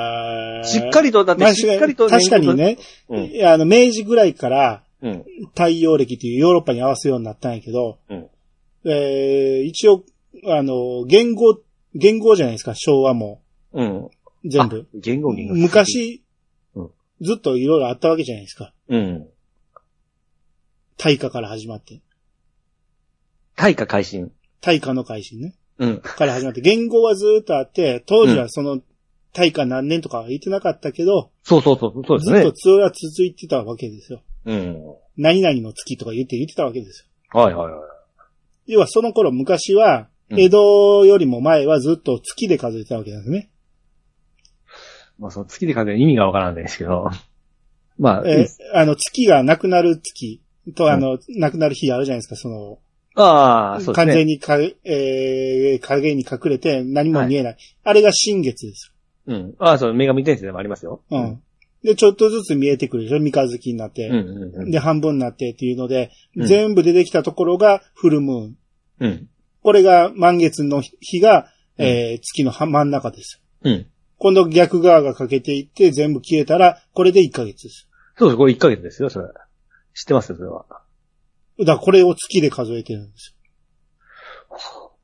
しっかりと、だってしっかりと、 確かにね、うん、あの、明治ぐらいから、うん、太陽暦というヨーロッパに合わせるようになったんやけど、うん、えー、一応、あの、元号、元号じゃないですか、昭和も。うん。全部。 元号、元号。 昔、うん、ずっといろいろあったわけじゃないですか。うん。大化から始まって。 大化改新。 大化の改新ね。 うん。 から始まって、元号はずーっとあって、当時はその、大化何年とかは言ってなかったけど、 そうそうそう、そうですね。 ずっと通話続いてたわけですよ。 うん。 何々の月とか言って言ってたわけですよ。はいはいはい。 要はその頃昔は、江戸よりも前はずっと月で数えてたわけなんですね。 まあその月で数える意味がわからないですけど。まあ、 えー、あの月がなくなる月とあの、うん、なくなる日あるじゃないですか、その、 ああ、そうですね。 完全にか、えー、影に隠れて何も見えない。はい、あれが新月です。 うん。ああ、そう、女神転生でもありますよ。 うん。で、ちょっとずつ見えてくるでしょ？三日月になって。 うんうんうん。 で、半分になってっていうので、うん、全部出てきたところがフルムーン。 うん。 これが満月の日が、うん、えー、月の真ん中です。 うん。 今度逆側が欠けていって全部消えたら、これでいっかげつです。 そうです。これいっかげつですよ、それ。知ってますよ、それは。 だからこれを月で数えてるんですよ。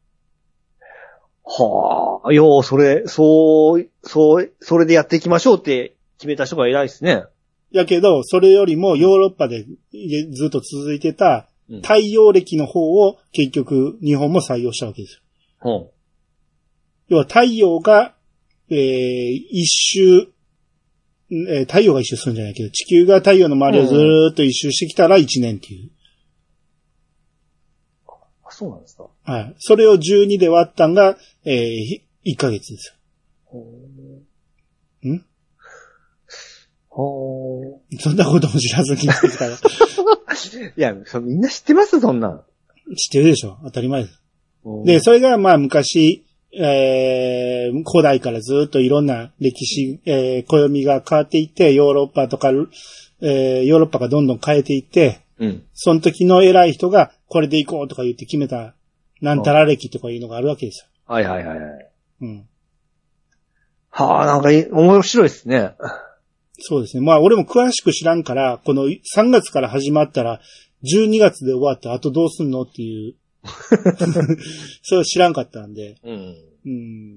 はあ、よう、それ、そう、そう、それでやっていきましょうって決めた人が偉いですね。 やけど、それよりもヨーロッパでずっと続いてた太陽暦の方を結局日本も採用したわけですよ。 うん、 要は太陽が、えー、一周、えー、太陽が一周するんじゃないけど、地球が太陽の周りをずーっと一周してきたら一年っていう。 あ、そうなんですか。 はい。それをじゅうにで割ったんが、えー、いっかげつですよ。んほー。 そんなことも知らずに来てきたら。いや、みんな知ってますそんなん。 知ってるでしょ当たり前です。で、それがまあ昔、えー、古代からずっといろんな歴史、えー、暦が変わっていって、ヨーロッパとか、えー、ヨーロッパがどんどん変えていって、 うん、 その時の偉い人がこれで行こうとか言って決めた、なんたら歴とかいうのがあるわけですよ。はいはいはいはい。 うん。 はあ、なんかい面白いですね。 そうですね。まあ俺も詳しく知らんから、このさんがつから始まったら、じゅうにがつで終わってあとどうすんのっていう。それは知らんかったんで。 うん。 うん。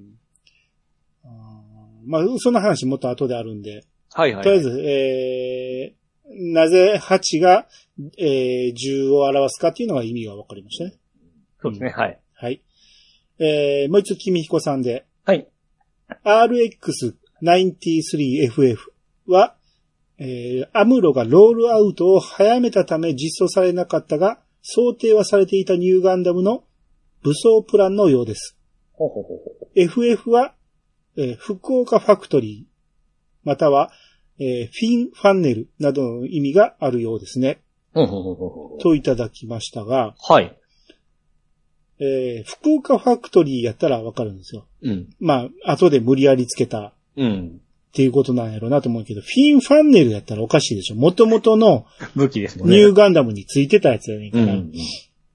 あまあ、その話もっと後であるんで。 はいはい、はい。 とりあえず、えー、なぜはちが、えー、じゅうを表すかっていうのが意味が分かりましたね。 そうですね、うん、はい。 はい。えー、もう一つ、君彦さんで。 はい。 アールエックスナインティースリーエフエフ は、えー、アムロがロールアウトを早めたため実装されなかったが、想定はされていたニューガンダムの武装プランのようです。 ほうほうほうほうエフエフ は、えー、福岡ファクトリー、または、えー、フィン・ファンネルなどの意味があるようですね。 ほうほうほうほうといただきましたが、 はい。 えー、福岡ファクトリーやったらわかるんですよ。 うん。 まあ、後で無理やりつけた。 うん。 っていうことなんやろうなと思うけど、フィン・ファンネルやったらおかしいでしょ。元々の武器ですもんね。 ニューガンダムについてたやつやねんから。うんうん、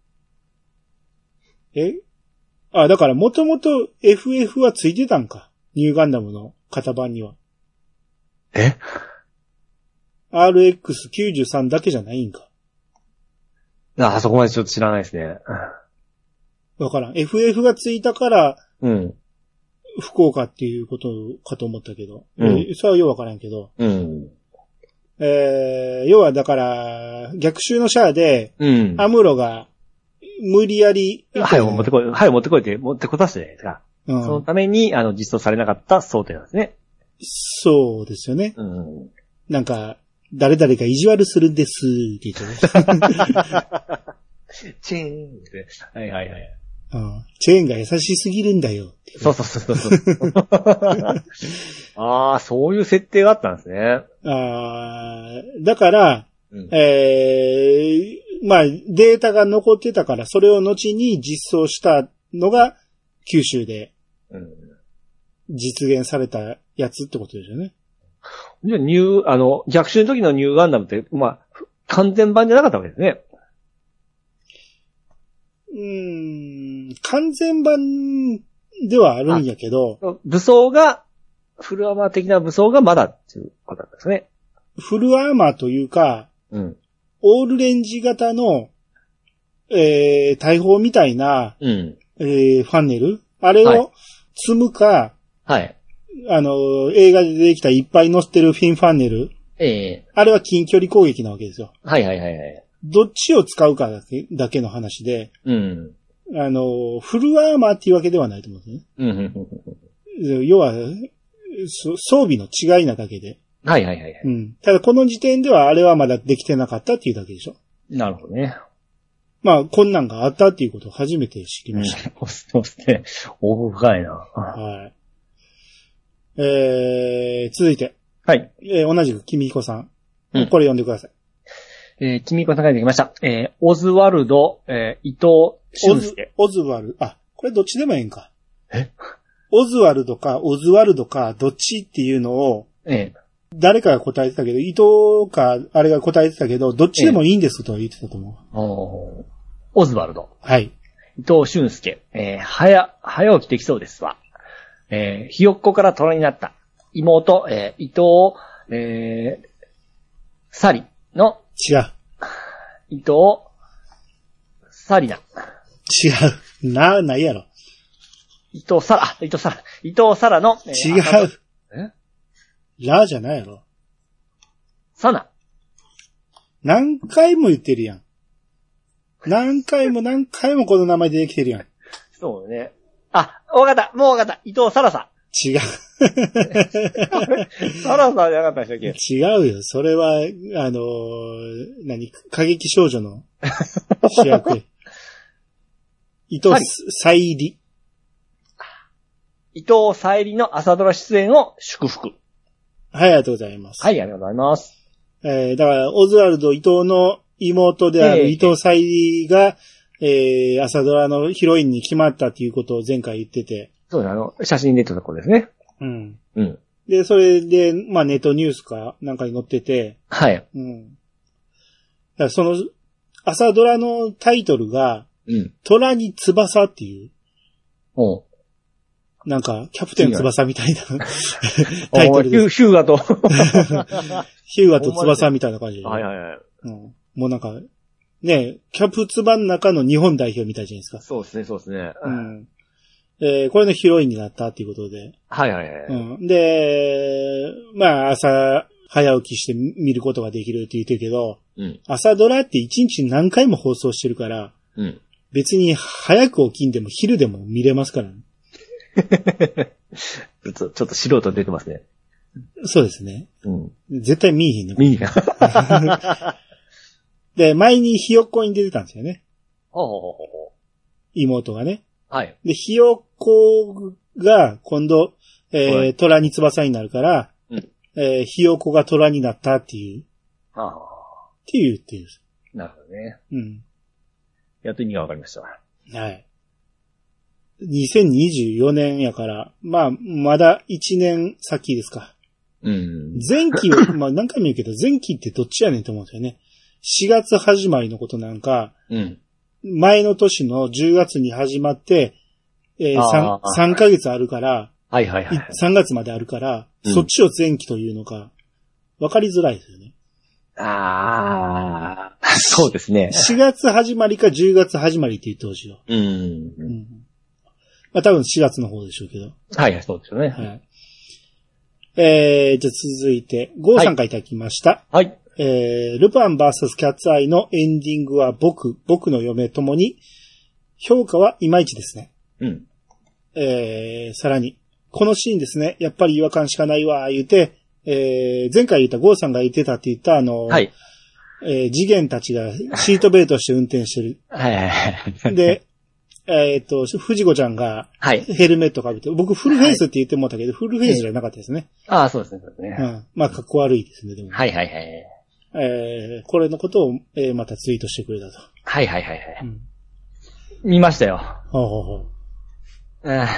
えあ、だから元々 エフエフ はついてたんか。ニューガンダムの型番には。 えアールエックスきゅうじゅうさん だけじゃないんか。 あ、あそこまでちょっと知らないですね。 わからん。エフエフ がついたから、 うん。 福岡っていうことかと思ったけど。うん、えー、それはようわからんけど。うん。えー、要はだから、逆襲のシャアで、うん、アムロが、無理やり。 はい、持ってこい、はい、持ってこいって、持ってこたすじゃないですか。うん、そのために、あの、実装されなかった想定なんですね。 そうですよね。うん、なんか、誰々が意地悪するんです、って言ってね。 チェーンって。はいはいはい。 うん、チェーンが優しすぎるんだよ。 そうそうそうそう。ああ、そういう設定があったんですね。ああ、だから、うん、えー、まあ、データが残ってたから、それを後に実装したのが、九州で、実現されたやつってことですよね。 じゃあ、ニュー、あの、逆襲の時のニューガンダムって、まあ、完全版じゃなかったわけですね。 うーん、完全版ではあるんやけど。 武装が、フルアーマー的な武装がまだっていうことなんですね。 フルアーマーというか、うん、オールレンジ型の、えー、大砲みたいな、うん、えー、ファンネルあれを積むか、はい。あの、映画で出てきたいっぱい乗ってるフィンファンネル。ええー。あれは近距離攻撃なわけですよ。 はいはいはいはい。 どっちを使うかだけ、だけの話で、うん。あの、フルアーマーっていうわけではないと思うんですね。うんうん。要は、装備の違いなだけで。 はいはいはいはい。 うん。ただこの時点ではあれはまだできてなかったっていうだけでしょ。 なるほどね。 まあ、こんなんがあったっていうことを初めて知りました。 うん、そうですね。大深いな。はい。えー、続いて。 はい。 えー、同じく、君彦さん。うん、これ読んでください。 えー、君彦さんが出てきました。えー、オズワルド、えー、伊藤俊介。 オズワルド、あ、これどっちでもええんか。えオズワルドか、オズワルドか、どっちっていうのを、ええ。誰かが答えてたけど、伊藤か、あれが答えてたけど、どっちでもいいんですとは言ってたと思う。 おオズワルド。 はい。 伊藤俊介。えー、早、早起きできそうですわ。えー、ひよっこから虎になった。妹、えー、伊藤、えー、サリの。 違う。 伊藤、サリナ。 違う。な、ないやろ。 伊藤サラ、伊藤サラ、伊藤サラの。 えー、違う。えラじゃないやろ。 サナ。 何回も言ってるやん。何回も何回もこの名前出てきてるやん。 そうね。あ、わかった。もうわかった。伊藤サラさん。違う。 サラさんじゃなかったでしたっけ？ 違うよ。それは、あのー、何過激少女の主役。伊藤沙莉。 伊藤沙莉の朝ドラ出演を祝福。 はい、ありがとうございます。 はい、ありがとうございます。 えー、だから、オズワルド伊藤の妹である伊藤沙莉が、えー、朝ドラのヒロインに決まったっていうことを前回言ってて。 そうだ、あの、写真出てたところですね。 うん。うん。で、それで、まあ、ネットニュースかなんかに載ってて。 はい。 うん。だからその、朝ドラのタイトルが、うん。虎に翼っていう。おう。なんか、キャプテン翼みたいなタイトルです。 ヒューガと。 ヒューガと翼みたいな感じで。 はいはいはい。 うん。もうなんか、ね、キャプツバの中の日本代表みたいじゃないですか。 そうですね、そうですね。 うん。えー、これのヒロインになったっていうことで。 はいはいはい。 うん。で、まあ朝、早起きして見ることができるって言ってるけど、うん、朝ドラって一日何回も放送してるから、うん、別に早く起きんでも昼でも見れますからね。 ちょっと、ちょっと素人出てますね。 そうですね。うん。絶対見えへんね。 見えへん。 で、前にひよっこに出てたんですよね。 ほうほうほうほう。 妹がね。 はい。 で、ひよっこが今度、えー、虎に翼になるから、うん、えー、ひよっこが虎になったっていう。ああ。っていうっていう。 なるほどね。うん。やっと意味がわかりました。 はい。にせんにじゅうよねんやから、まあ、まだいちねん先ですか。うん。前期は、まあ何回も言うけど、前期ってどっちやねんと思うんですよね。しがつ始まりのことなんか、うん。前の年のじゅうがつに始まって、えー、3, さんかげつあるから、 はいはいはい。 さんがつまであるから、うん、そっちを前期というのか、わかりづらいですよね。 ああ、そうですね。 しがつ始まりかじゅうがつ始まりって言ってほしいよ。うん。うんまあ多分しがつの方でしょうけど。 はい、そうですよね。 はい。えー、じゃあ続いて、ゴーさんからいただきました。 はい。 えー、ルパン ブイエス キャッツアイのエンディングは僕、僕の嫁ともに、評価はいまいちですね。 うん。 えー、さらに、このシーンですね、やっぱり違和感しかないわ、言うて、えー、前回言ったゴーさんが言ってたって言ったあの、はい。えー、次元たちがシートベルトして運転してる。 はいはいはい。 で、えっ、ー、と、藤子ちゃんが、ヘルメットかぶって、はい、僕フルフェイスって言ってもらったけど、はい、フルフェイスじゃなかったですね。 ああ、そうですね、そうですね。 うん。まあ、かっこ悪いですね、でも。 はいはいはい。 えー、これのことを、えー、またツイートしてくれたと。 はいはいはいはい。うん、見ましたよ。 ほうほうほう。 あ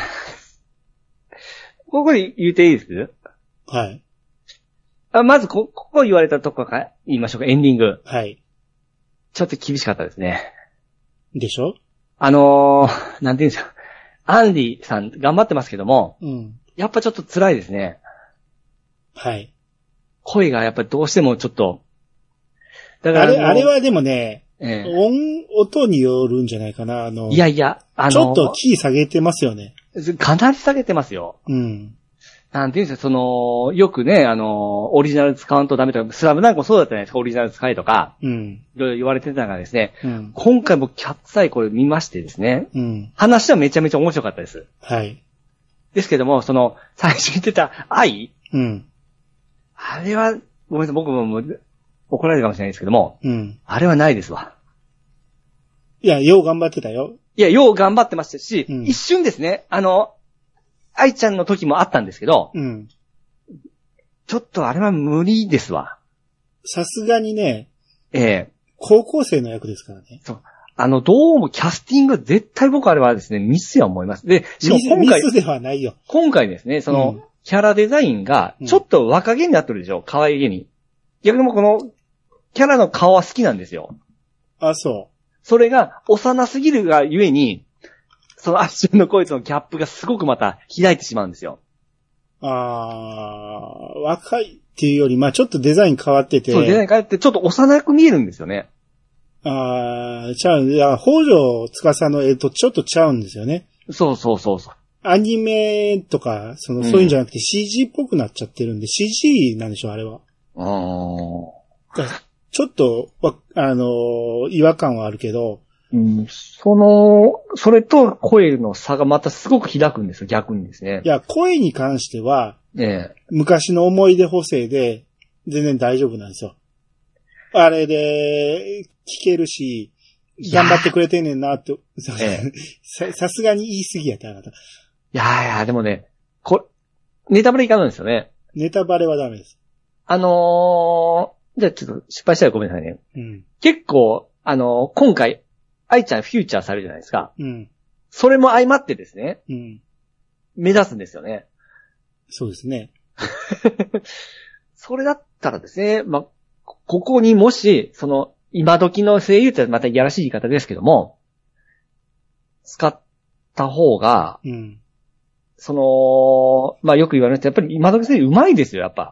ここで言っていいですはい。 あまずこ、ここ言われたとこから言いましょうか、エンディング。 はい。 ちょっと厳しかったですね。 でしょ？ あのー、なんていうんですか。アンディさん頑張ってますけども、うん、やっぱちょっと辛いですね。 はい。 声がやっぱりどうしてもちょっと、 だからあれ、あれはでもね、ええ、音、音によるんじゃないかな、あの、 いやいや、 あの、ちょっとキー下げてますよね。 かなり下げてますよ。 うん。 なんていうんですか、その、よくね、あの、オリジナル使わんとダメとか、スラムダンクもそうだったじゃないですか、オリジナル使えとか、うん。いろいろ言われてたのがですね、うん、今回もキャッツアイこれ見ましてですね、うん。話はめちゃめちゃ面白かったです。 はい。 ですけども、その、最初言ってた愛、 うん。 あれは、ごめんなさい、僕ももう怒られるかもしれないですけども、うん。あれはないですわ。 いや、よう頑張ってたよ。 いや、よう頑張ってましたし、うん、一瞬ですね、あの、愛ちゃんの時もあったんですけど、うん。ちょっとあれは無理ですわ。 さすがにね、 ええ。 高校生の役ですからね。 そう。あの、どうもキャスティング絶対僕あれはですね、ミスや思います。で、 しかも今回、ミスではないよ。 今回ですね、その、うん、キャラデザインが、ちょっと若気になってるでしょ、可愛げに。逆にもこの、キャラの顔は好きなんですよ。 あ、そう。 それが、幼すぎるがゆえに、そのアッシュの声とのギャップがすごくまた開いてしまうんですよ。 あー、若いっていうより、まあちょっとデザイン変わってて。 そう、デザイン変わってちょっと幼く見えるんですよね。 あー、ちゃう、いや、北条司の絵とちょっとちゃうんですよね。 そうそうそうそう。 アニメとか、その、そういうんじゃなくて シージー っぽくなっちゃってるんで、シージー なんでしょう、あれは。 あー。 ちょっと、あのー、違和感はあるけど、 うん、その、それと声の差がまたすごく開くんですよ、逆にですね。 いや、声に関しては、 ええ、 昔の思い出補正で全然大丈夫なんですよ。あれで、聞けるし、頑張ってくれてんねんなって、ええ、さ、さすがに言い過ぎやった、あなた。いやいや、でもね、こ、ネタバレいかないんですよね。 ネタバレはダメです。 あのー、じゃあちょっと失敗したらごめんなさいね。うん、結構、あのー、今回、愛ちゃんフューチャーされるじゃないですか。うん。それも相まってですね。うん。目指すんですよね。 そうですね。 それだったらですね、ま、ここにもし、その、今時の声優ってまたいやらしい言い方ですけども、使った方が、うん。その、まあ、よく言われると、やっぱり今時声優上手いですよ、やっぱ。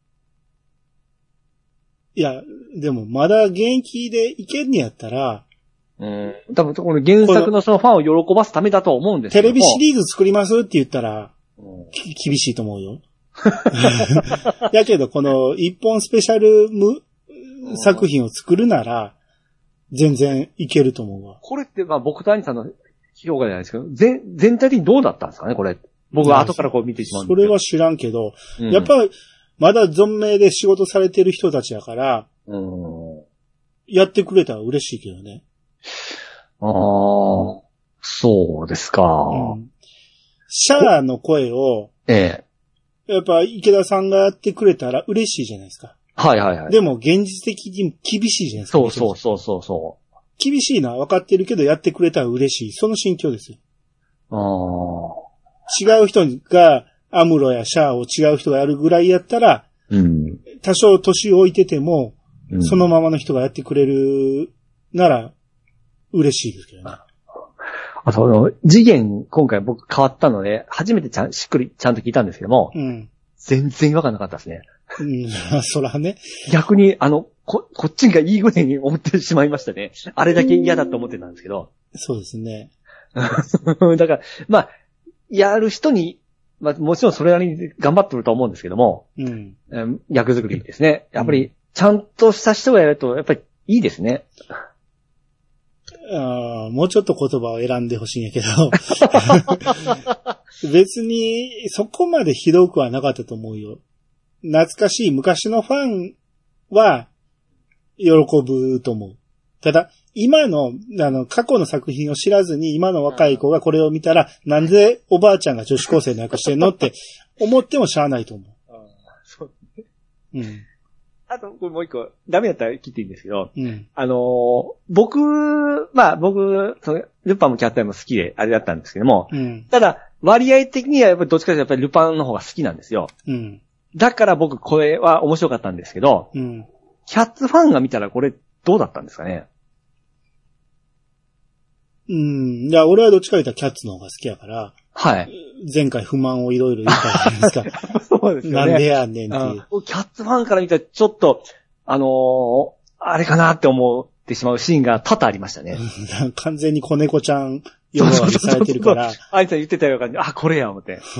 いや、でもまだ現役でいけんねやったら、 うん。多分、この原作のそのファンを喜ばすためだと思うんですけど。 テレビシリーズ作りますって言ったら、うん、厳しいと思うよ。やけど、この一本スペシャルム作品を作るなら、全然いけると思うわ。 これって、まあ僕と兄さんの評価じゃないですけど、全、全体的にどうだったんですかね、これ。僕は後からこう見てしまうんですけど。 それは知らんけど、うん、やっぱり、まだ存命で仕事されてる人たちやから、うん、やってくれたら嬉しいけどね。 ああ、そうですか。うん、 シャアの声を、ええ。やっぱ池田さんがやってくれたら嬉しいじゃないですか。 はいはいはい。 でも現実的に厳しいじゃないですか。 そうそうそうそうそう。 厳しいのは分かってるけどやってくれたら嬉しい。その心境ですよ。ああ。違う人がアムロやシャアを違う人がやるぐらいやったら、うん、多少年を置いてても、うん、そのままの人がやってくれるなら、嬉しいですけどね。 あと、あの、次元、今回僕変わったので、初めてちゃん、しっくりちゃんと聞いたんですけども、うん、全然違和感なかったですね。 うん、そらね。 逆に、あの、こ、こっちがいいぐらいに思ってしまいましたね。あれだけ嫌だと思ってたんですけど。 そうですね。 だから、まあ、やる人に、まあもちろんそれなりに頑張ってると思うんですけども、うん、役作りですね。やっぱり、ちゃんとした人がやると、やっぱりいいですね。 あもうちょっと言葉を選んでほしいんやけど。別に、そこまでひどくはなかったと思うよ。懐かしい昔のファンは、喜ぶと思う。ただ、今の、あの、過去の作品を知らずに、今の若い子がこれを見たら、なんでおばあちゃんが女子高生の役してんのって思ってもしゃあないと思う。ああ、そうね。うん。 あと、これもう一個、ダメだったら切っていいんですけど、うん、あのー、僕、まあ僕、その、ルパンもキャットアイも好きで、あれだったんですけども、うん、ただ、割合的にはやっぱりどっちかというとやっぱりルパンの方が好きなんですよ。うん、だから僕、これは面白かったんですけど、うん、キャッツファンが見たらこれどうだったんですかね？ うん。いや、俺はどっちか言ったらキャッツの方が好きやから、はい。前回不満をいろいろ言ったじゃないですか。そうですよね。なんでやねんっていう。 キャッツファンから見たらちょっと、あのー、あれかなって思ってしまうシーンが多々ありましたね。 完全に子猫ちゃん呼ばわりされてるから。 あいつは言ってたような感じ、あ、これや、思って。うん。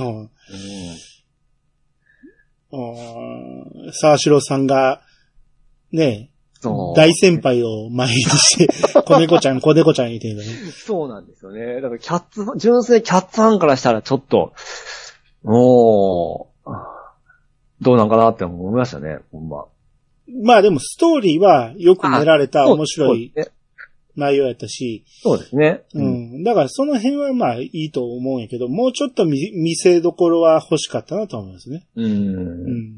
うん。沢城さんが、ねえ、大先輩を前にして、子猫ちゃん、子猫ちゃん言ってるのね。 そうなんですよね。だからキャッツ、純粋キャッツファンからしたらちょっと、おー、どうなんかなって思いましたね、ほんま。 まあでもストーリーはよく練られた面白い内容やったし。 そうですね。 うん。だからその辺はまあいいと思うんやけど、もうちょっと見、見せどころは欲しかったなと思いますね。うん。うん。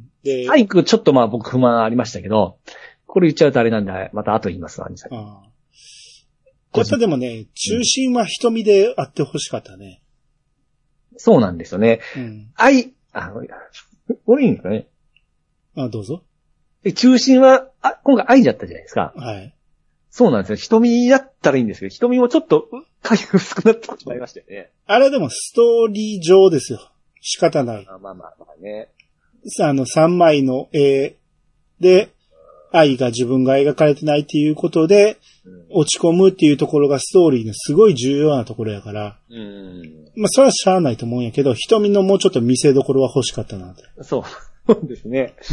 で、サイクちょっとまあ僕不満ありましたけど、これ言っちゃうとあれなんで、また後言いますわ、ああ。 これでもね、中心は瞳であって欲しかったね。 そうなんですよね。うん。愛、あ、これいいんですかね。 あ、どうぞ。 中心は、あ、今回愛だったじゃないですか。 はい。 そうなんですよ。瞳だったらいいんですけど、瞳もちょっと、影薄くなってしまいましたよね。 あれでもストーリー上ですよ。仕方ない。 あまあまあまあね。 あの、三枚の絵で、愛が自分が描かれてないっていうことで、落ち込むっていうところがストーリーのすごい重要なところやから、うん、まあそれはしゃあないと思うんやけど、瞳のもうちょっと見せどころは欲しかったなと。 そう。そうですね。うん。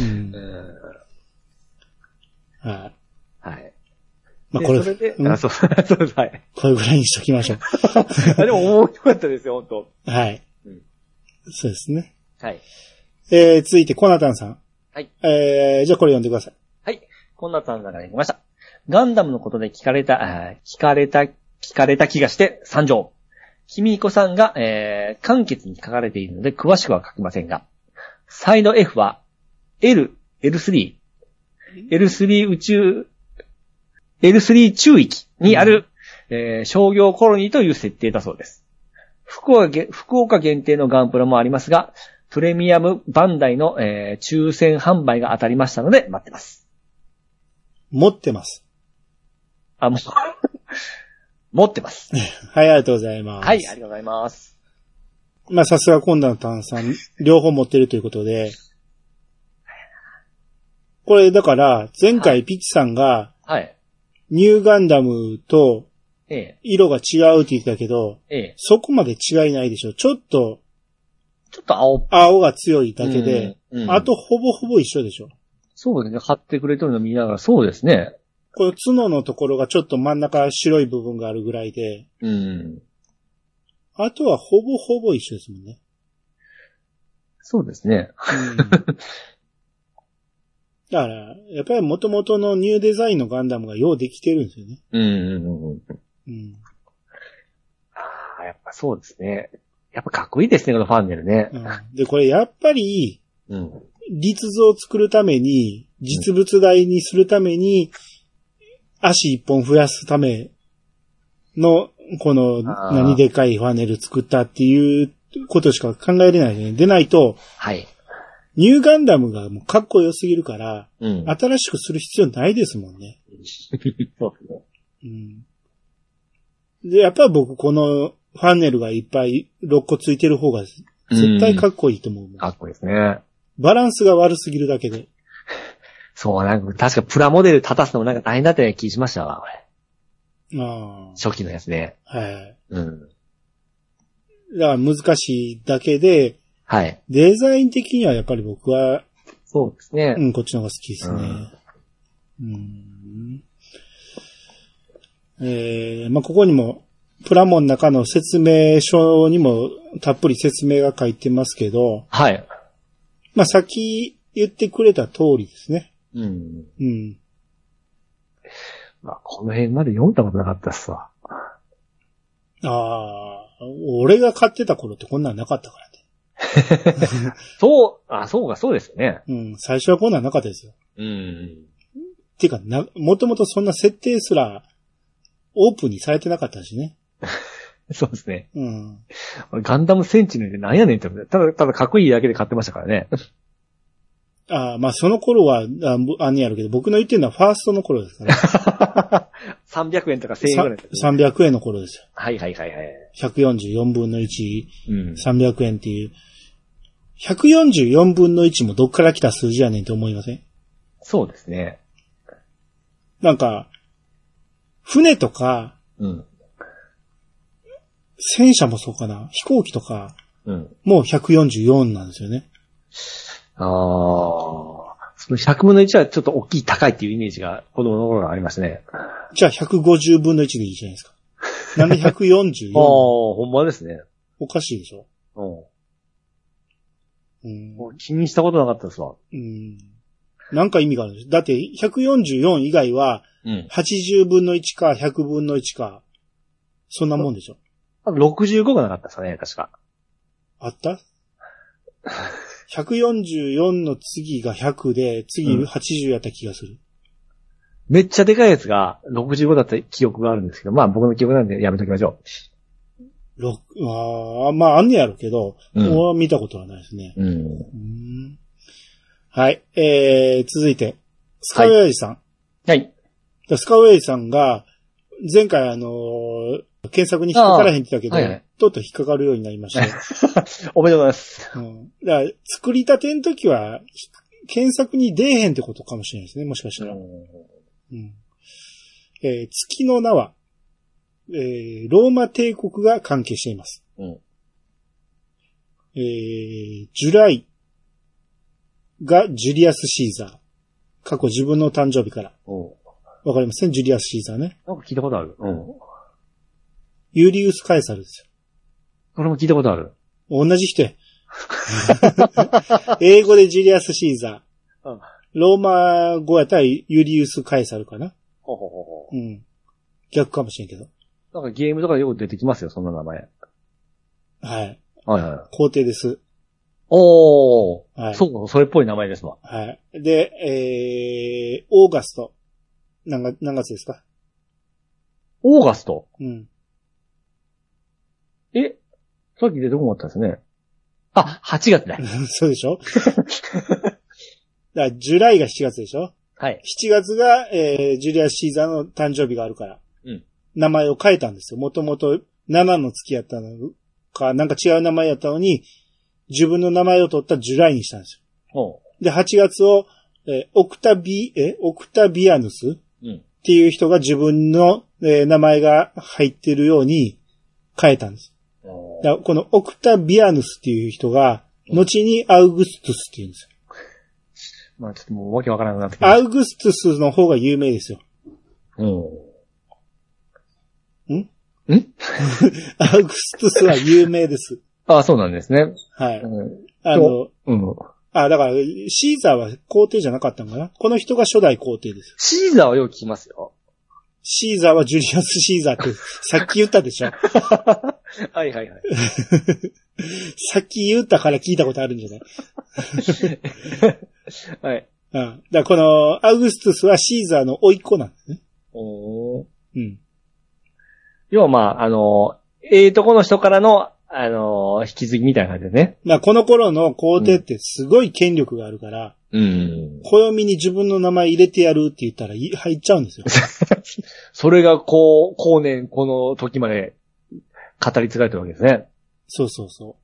はい。 はい。 まあこれ、 それで、うん、あ、そう、そうです、はい。 これぐらいにしときましょう。 あでも面白かったですよ、本当。はい、うん。そうですね。 はい。 えー、続いてコナタンさん。 はい。 えー、じゃあこれ読んでください。 はい。コナタンさんから来ました。ガンダムのことで聞かれた、あ聞かれた、聞かれた気がして参上。君彦さんが、えー、簡潔に書かれているので詳しくは書きませんが、サイド F は L、エルスリー、エルスリー 宇宙、エルスリー 中域にある、うん、えー、商業コロニーという設定だそうです。福岡、福岡限定のガンプラもありますが、プレミアムバンダイの、えー、抽選販売が当たりましたので待ってます。 持ってます。 あ、もう、持ってます。 はい、ありがとうございます。 はい、ありがとうございます。 まあ、さすがコンダンタンさん、両方持ってるということで、これだから、前回ピッチさんが、 はい。 ニューガンダムと、色が違うって言ってたけど、ええ、そこまで違いないでしょ。ちょっと、 ちょっと青。 青が強いだけで、うんうん、あとほぼほぼ一緒でしょ。 そうですね。貼ってくれてるの見ながら、そうですね。 この角のところがちょっと真ん中白い部分があるぐらいで、うん。あとはほぼほぼ一緒ですもんね。 そうですね。うん、だから、やっぱり元々のニューデザインのガンダムがようできてるんですよね。 うんうんうんうん。うん。ああ、やっぱそうですね。やっぱかっこいいですね、このファンネルね。 うん、で、これやっぱり、うん。立図を作るために、実物大にするために、足一本増やすための、この、何でかいファネル作ったっていうことしか考えれないね。でないと、はい。ニューガンダムがもうかっこよすぎるから、うん、新しくする必要ないですもんね。そうですね。うん。で、やっぱり僕このファネルがいっぱいろっこついてる方が絶対かっこいいと思うもん。 かっこいいですね。 バランスが悪すぎるだけで。 そう、なんか確かプラモデル立たすのもなんか大変だったような気しましたわ、俺。ああ。初期のやつね。 はい。 うん。 だから難しいだけで、 はい。 デザイン的にはやっぱり僕は、 そうですね。 うん、こっちの方が好きですね。うん。うんえー、まあ、ここにも、プラモンの中の説明書にもたっぷり説明が書いてますけど、 はい。 まあ、さっき言ってくれた通りですね。 うん。 うん。 まあ、この辺まで読んだことなかったっすわ。 ああ、俺が買ってた頃ってこんなんなかったからね。そう、あ、そうか、そうですよね。 うん、最初はこんなんなかったですよ。 うん。 っていうか、な、もともとそんな設定すら、オープンにされてなかったしね。 そうですね。 うん。 ガンダムセンチネルって何やねんって、ただ、ただかっこいいだけで買ってましたからね。 ああ、まあその頃は、あ、あんねやるけど、僕の言ってるのはファーストの頃ですから。 さんびゃくえんとかせんえんぐらい、ね。 さんびゃくえんの頃ですよ。 はいはいはいはい。 ひゃくよんじゅうよんぶんのいち、 うん、 さんびゃくえんっていう。ひゃくよんじゅうよんぶんのいちもどっから来た数字やねんって思いません？ そうですね。 なんか、船とか、 うん、 戦車もそうかな、飛行機とか、 うん、 もうひゃくよんじゅうよんなんですよね。 ああ、そのひゃくぶんのいちはちょっと大きい高いっていうイメージが子供の頃がありましたね。 じゃあひゃくごじゅうぶんのいちでいいじゃないですか。なんでひゃくよんじゅうよん？ ああ、 ほんまですね。 おかしいでしょ。 うん。うん、気にしたことなかったですわ。 うん。なんか意味があるんです。だってひゃくよんじゅうよん以外は、はちじゅうぶんのいちかひゃくぶんのいちか、そんなもんでしょ。 ろくじゅうごがなかったですかね、確か。 あった？ ひゃくよんじゅうよん の次がひゃくで、次はちじゅうやった気がする。 うん、めっちゃでかいやつがろくじゅうごだった記憶があるんですけど、まあ僕の記憶なんでやめときましょう。ろく、あまああんねやろうけど、うん、俺は見たことはないですね。 うん、 うんはい。えー、続いて、スカウェイさん。 はい。 スカウェイさんが、前回あのー、検索に引っかからへんって言ったけど、はいはい、とうとう引っかかるようになりました。 おめでとうございます。 うん。だから作りたての時は、検索に出えへんってことかもしれないですね、もしかしたら。うん。えー、月の名は、えー、ローマ帝国が関係しています。うん。えー、ジュライがジュリアス・シーザー。過去自分の誕生日から。わかりますね、ジュリアス・シーザーね。 なんか聞いたことある。うん。 ユリウス・カエサルですよ。 これも聞いたことある。 同じ人や。英語でジュリアス・シーザー。うん、ローマ語やったらユリウス・カエサルかな。 ほうほうほうほう。うん。逆かもしれんけど。 なんかゲームとかでよく出てきますよ、そんな名前。 はい。 はいはい。 皇帝です。 おー。はい。そう、それっぽい名前ですわ。 はい。で、えー、オーガスト。何月、何月ですか？ オーガスト？ うん。 え？さっき出てこなかったですね。あ、はちがつだ。 そうでしょ？だからジュライがしちがつでしょ？ はい。 しちがつが、えー、ジュリアス・シーザーの誕生日があるから。うん。名前を変えたんですよ。もともとななの月やったのか、なんか違う名前やったのに、自分の名前を取ったジュライにしたんですよ。で、はちがつを、えー、オクタビ、え、オクタビアヌス、うん、っていう人が自分の、えー、名前が入ってるように変えたんです。だからこのオクタビアヌスっていう人が、後にアウグストゥスって言うんですよ。 まあちょっともうわけわからなくなってきました。 アウグストゥスの方が有名ですよ。 うん。 んんアウグストゥスは有名です。 ああ、そうなんですね。 はい。うん、あの、うん。あ、だから、シーザーは皇帝じゃなかったのかな？この人が初代皇帝です。 シーザーはよく聞きますよ。 シーザーはジュリアス・シーザーって、さっき言ったでしょ？ はいはいはい。 さっき言ったから聞いたことあるんじゃない？ はい。 うん。だからこの、アウグストゥスはシーザーの甥っ子なんですね。 おー。 うん。 要はまあ、あの、ええとこの人からの、あのー、引き継ぎみたいな感じでね。 まあ、この頃の皇帝ってすごい権力があるから、 うん。 暦に自分の名前入れてやるって言ったら入っちゃうんですよ。 それがこう、後年この時まで語り継がれてるわけですね。 そうそうそう。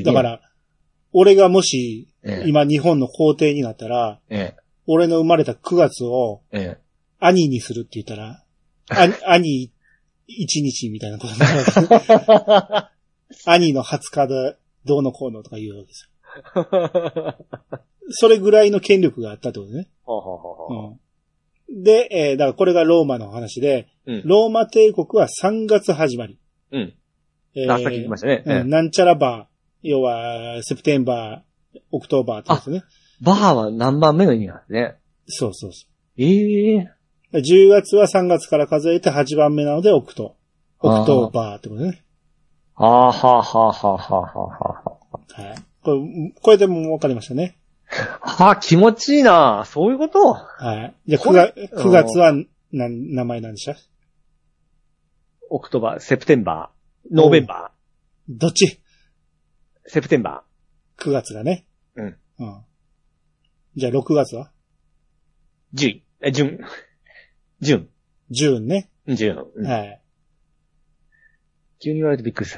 だから、俺がもし、ええ、今日本の皇帝になったら、ええ、俺の生まれたくがつを、ええ、兄にするって言ったら、兄、兄一日みたいなことになるわけ。 兄のはつかでどうのこうのとか言うわけですよ。それぐらいの権力があったってことね。ははははうん、で、えー、だからこれがローマの話で、うん、ローマ帝国はさんがつ始まり。うん。 えー、あ、さっき言いましたね。 うん。なんちゃらバー、要は、セプテンバー、オクトーバーってですね。 バーは何番目の意味なんですね。 そうそうそう。 ええー。じゅうがつはさんがつから数えてはちばんめなのでオクト。オクトーバーってことね。 ああ、はあ、はあ、はあ、はあ、はあ。 はい。これ、これでも分かりましたね。 はあ、気持ちいいな。そういうこと？ はい。じゃあくがつ、くがつは、な、名前なんでした？ オクトーバー、セプテンバー、ノーベンバー。どっち？ セプテンバー。くがつがね。 うん。うん。 じゃあろくがつは？ ジュン。え、ジュン。ジュン。 ジュンね。 ジュン。うん、はい。急に言われてびっくりした。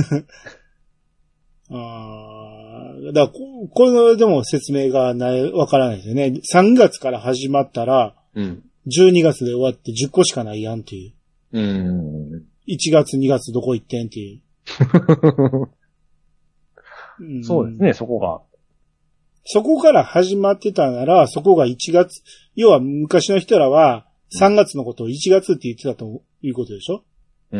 ああ、だからこ、これでも説明がない、わからないですよね。さんがつから始まったら、うん、じゅうにがつで終わってじゅっこしかないやんっていう。うん、いちがつ、にがつどこ行ってんっていう。 うん、そうですね、そこが。 そこから始まってたなら、そこがいちがつ、要は昔の人らはさんがつのことをいちがつって言ってたということでしょ？うん。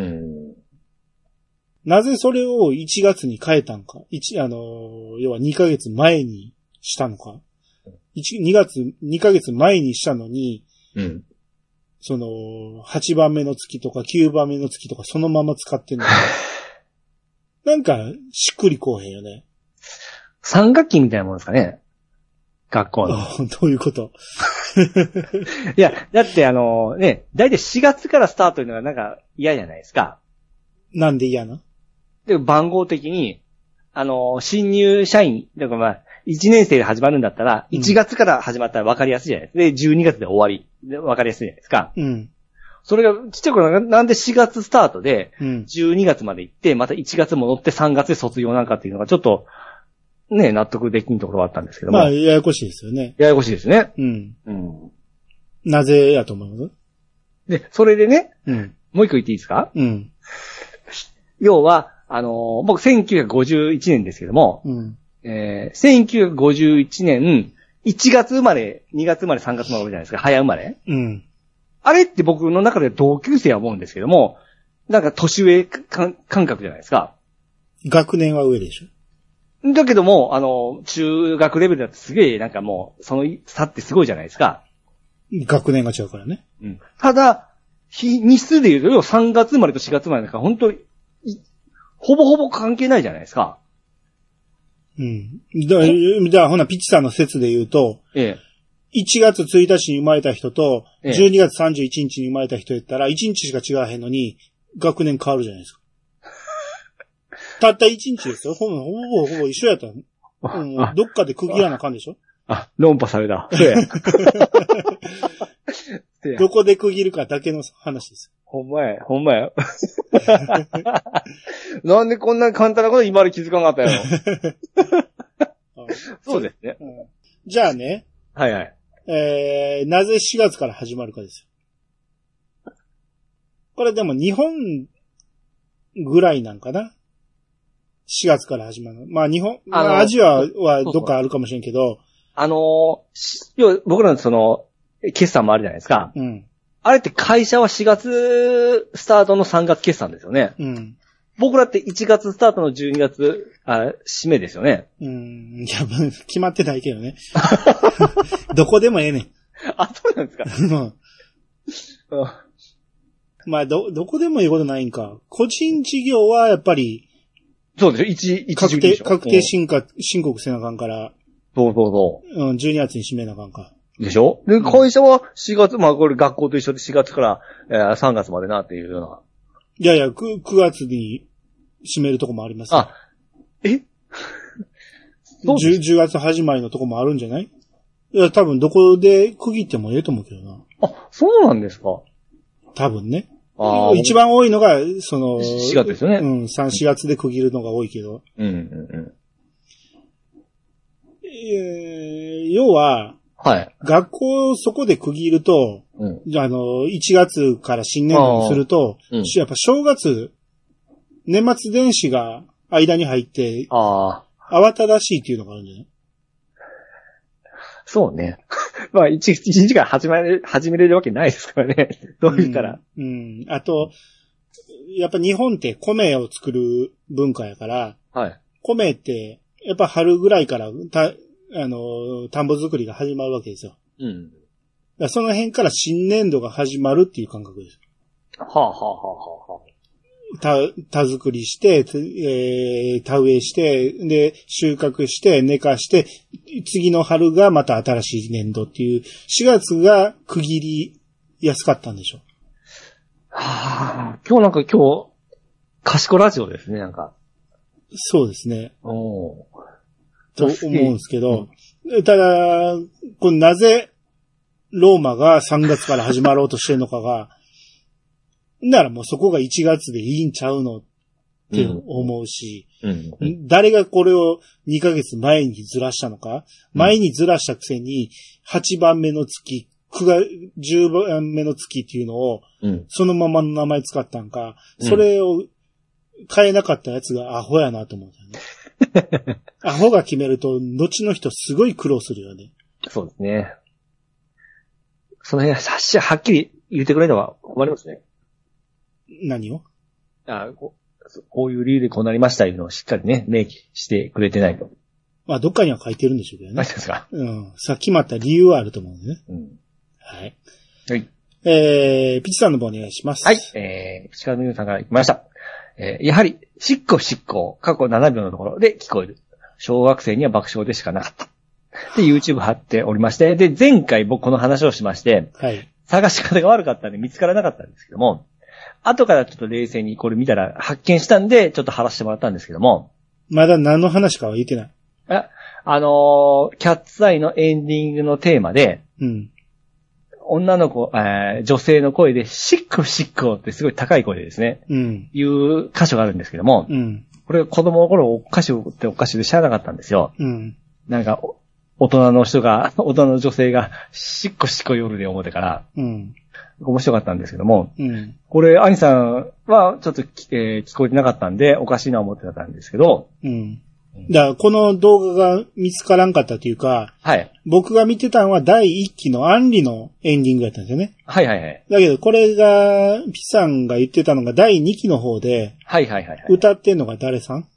なぜそれをいちがつに変えたんか。一、あの、要はにかげつまえにしたのか。にがつ、にかげつまえにしたのに、うん。その、はちばんめの月とかきゅうばんめの月とかそのまま使ってんのか。なんか、しっくりこうへんよね。 三学期みたいなもんですかね。学校の。 どういうこと？ いや、だってあの、ね、だいたいしがつからスタートというのがなんか嫌じゃないですか。 なんで嫌な？ で、番号的に、あの、新入社員、だからまあ、いちねん生で始まるんだったら、いちがつから始まったら分かりやすいじゃないですか。で、じゅうにがつで終わり。で、分かりやすいじゃないですか。うん。それが、ちっちゃい頃なんでしがつスタートで、じゅうにがつまで行って、またいちがつ戻ってさんがつで卒業なんかっていうのがちょっと、ね、納得できんところはあったんですけども。 まあ、ややこしいですよね。 ややこしいですね。 うん。うん。なぜやと思います？ で、それでね、うん。もう一個言っていいですか？うん。要は、あのー、僕せんきゅうひゃくごじゅういちねんですけども、うん。えー、せんきゅうひゃくごじゅういちねん、いちがつ生まれ、にがつ生まれ、さんがつ生まれじゃないですか、早生まれ。うん。あれって僕の中で同級生は思うんですけども、なんか年上感覚じゃないですか。 学年は上でしょ。 だけども、あの、中学レベルだとすげえ、なんかもう、その差ってすごいじゃないですか。 学年が違うからね。 うん。ただ、日、日数で言うと、さんがつ生まれとしがつ生まれなんか、本当に、ほぼほぼ関係ないじゃないですか。 うん。だ、じゃあ、ほな、ピッチさんの説で言うと、ええ。いちがつついたちに生まれた人と、じゅうにがつさんじゅういちにちに生まれた人やったら、いちにちしか違わへんのに、学年変わるじゃないですか。たったいちにちですよ。ほぼほぼほぼ一緒やったの。うん、どっかで区切らなあかんでしょ？ あ、論破された。 どこで区切るかだけの話です。 ほんまや、ほんまや。なんでこんな簡単なこと今まで気づかなかったやろ。そうですね、うん。 じゃあね。 はいはい。 えー、なぜしがつから始まるかですよ。これでも日本ぐらいなんかな。しがつから始まるの。まあ日本、まあアジアはどっかあるかもしれんけど。 あのー、要は僕らのその、決算もあるじゃないですか。うん。あれって会社はしがつスタートのさんがつ決算ですよね。うん。僕らっていちがつスタートのじゅうにがつ、あ、締めですよね。 うん。いや、決まってないけどね。どこでもええねん。 あ、そうなんですか。 うん。まあ、ど、どこでもいいことないんか。個人事業はやっぱり、 そうですよ。一、一確定、確定申告、申告せなあかんから。 そうそうそう。 うん、じゅうにがつに締めなあかんか。 でしょ？で、会社はしがつ、まあこれ学校と一緒でしがつから、えー、さんがつまでなっていうような。 いやいや、く、くがつに締めるとこもありますよ。 あ、えじゅう、じゅうがつ始まりのとこもあるんじゃない？いや、多分どこで区切ってもええと思うけどな。 あ、そうなんですか？ 多分ね。あ一番多いのが、その、 しがつですよね。 うん、さん、しがつで区切るのが多いけど。うん、うん、うん。えー、要は、はい。学校をそこで区切ると、うん、あの、いちがつから新年度にすると、うん、やっぱ正月年末年始が間に入って、 ああ。慌ただしいっていうのがあるんじゃない？ そうね。まあ、一、一日から始めれ、始めれるわけないですからね。どう言ったら、 うん。うん。あと、やっぱ日本って米を作る文化やから、 はい。 米って、やっぱ春ぐらいからた、あの、田んぼ作りが始まるわけですよ。 うん。 だその辺から新年度が始まるっていう感覚です。 はあ、はあはあはあ、 田、田作りして、えー、田植えして、で、収穫して、寝かして、次の春がまた新しい年度っていう、しがつが区切りやすかったんでしょ。 はあ、今日なんか今日、賢ラジオですね、なんか。 そうですね。 おー。 と思うんですけど、うん、ただ、これなぜ、ローマがさんがつから始まろうとしてるのかが、ならもうそこがいちがつでいいんちゃうのって思うし、 うんうん、 誰がこれをにかげつまえにずらしたのか、前にずらしたくせにはちばんめの月、くがじゅうばんめの月っていうのを、そのままの名前使ったんか、うん、それを変えなかったやつがアホやなと思うんだよね。アホが決めると、後の人すごい苦労するよね。 そうですね。その辺は、はっきり言ってくれるのは困りますね。 何をあこう、こういう理由でこうなりましたいうのをしっかりね、明記してくれてないと。 まあ、どっかには書いてるんでしょうけどね。 書いてますか。 うん。さっき決まった理由はあると思うんでね。 うん。 はい。 はい。 えー、ピチさんの方お願いします。 はい。えー、ピチカの皆さんから来ました。えー、やはり、しっこしっこ、過去ななびょうのところで聞こえる。小学生には爆笑でしかなかった。で、YouTube 貼っておりまして、で、前回僕この話をしまして、 はい。 探し方が悪かったんで見つからなかったんですけども、後からちょっと冷静にこれ見たら発見したんで、ちょっと貼らせてもらったんですけども。 まだ何の話かは言ってない。 あ、あのー、キャッツアイのエンディングのテーマで、 うん。 女の子、えー、女性の声で、しっこしっこってすごい高い声でですね、 うん。 いう箇所があるんですけども、 うん。 これ子供の頃お菓子ってお菓子で知らなかったんですよ。 うん。 なんか、大人の人が、大人の女性が、しっこしっこ夜で思ってから、 うん。 面白かったんですけども、 うん。 これ、兄さんはちょっと、えー、聞こえてなかったんで、おかしいな思ってたんですけど、 うん。だから、この動画が見つからんかったというか、 はい。 僕が見てたのはだいいっきのアンリのエンディングだったんですよね。 はいはいはい。 だけど、これが、ピさんが言ってたのがだいにきの方で、 はいはいはい、はい。 歌ってんのが誰さん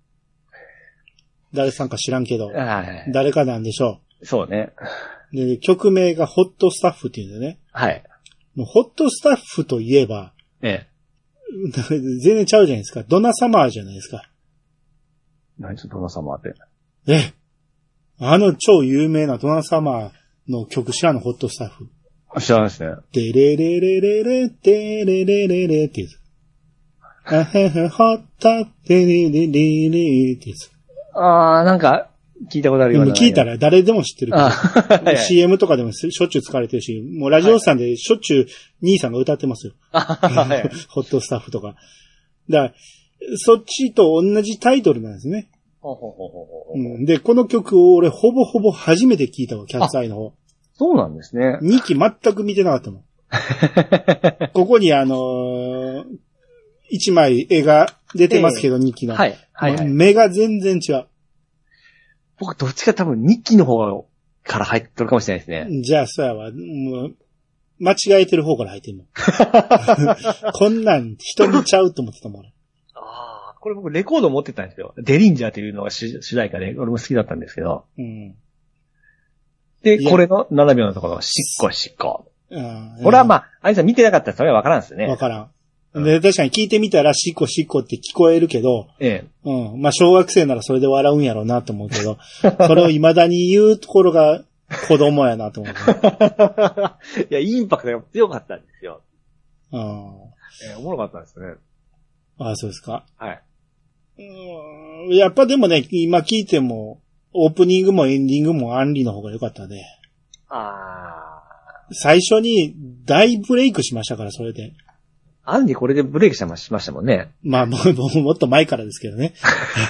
誰さんか知らんけど、 はいはい、 誰かなんでしょう。そうね。 で、曲名がホットスタッフっていうんだよね。 はい。 もうホットスタッフといえば、 ええ。 全然ちゃうじゃないですか。ドナサマーじゃないですか。 何それドナサマーって。 えあの超有名なドナサマーの曲知らんのホットスタッフ。 知らないですね。 デレレレレレデレレレレってやつ。あへへホットデレレレレってやつ。 あー、なんか、聞いたことあるような。 聞いたら誰でも知ってるけど。シーエム とかでもしょっちゅう使われてるし、もうラジオさんでしょっちゅう兄さんが歌ってますよ。 はい、 ホットスタッフとか。だから、そっちと同じタイトルなんですね。 ほうほうほうほううん、で、この曲を俺ほぼほぼ初めて聞いたわ、キャッツアイの方。 そうなんですね。 にき全く見てなかったもん。ここにあのー、いちまい絵が出てますけど、えー、にきの。 はい。はい、はい。 目が全然違う。 僕どっちか多分にきの方から入ってるかもしれないですね。 じゃあ、そうやわ。もう間違えてる方から入ってるもん。こんなん人見ちゃうと思ってたもん。 ああ、これ僕レコード持ってたんですよ。デリンジャーというのが主題歌で、俺も好きだったんですけど。 うん、 で、これのななびょうのところ、しっこしっこ。 うん、 これはまあ、あいつは見てなかったらそれはわからんですよね。 わからん。で、確かに聞いてみたら、しっこしっこって聞こえるけど、 ええ。 うん。まあ、小学生ならそれで笑うんやろうなと思うけど、それを未だに言うところが子供やなと思う。 いや、インパクトが強かったんですよ。 ああ。 えー、おもろかったですね。 ああ、そうですか。 はい。 うん。やっぱでもね、今聞いても、オープニングもエンディングもアンリの方が良かったね。 ああ。 最初に大ブレイクしましたから、それで。 アンリこれでブレイクしましたもんね。 まあ、もう、もっと前からですけどね。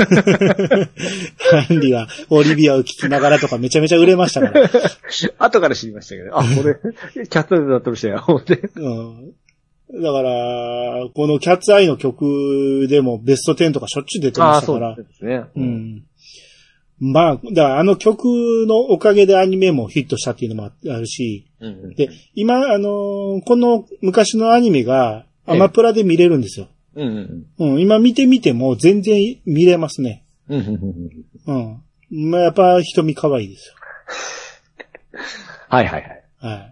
アンリはオリビアを聞きながらとかめちゃめちゃ売れましたから。 後から知りましたけど、あ、これ、キャットだったりしたよ、思って。 うん。 だから、このキャッツアイの曲でもベストテンとかしょっちゅう出てましたから。 ああ、そうですね。 うん。まあ、だからあの曲のおかげでアニメもヒットしたっていうのもあるし、うんうん、で、今、あのー、この昔のアニメがアマプラで見れるんですよ。ええ、うんうんうん、今見てみても全然見れますね。うんうん。まあ、やっぱ瞳可愛いですよ。 はいはいはい。 はい。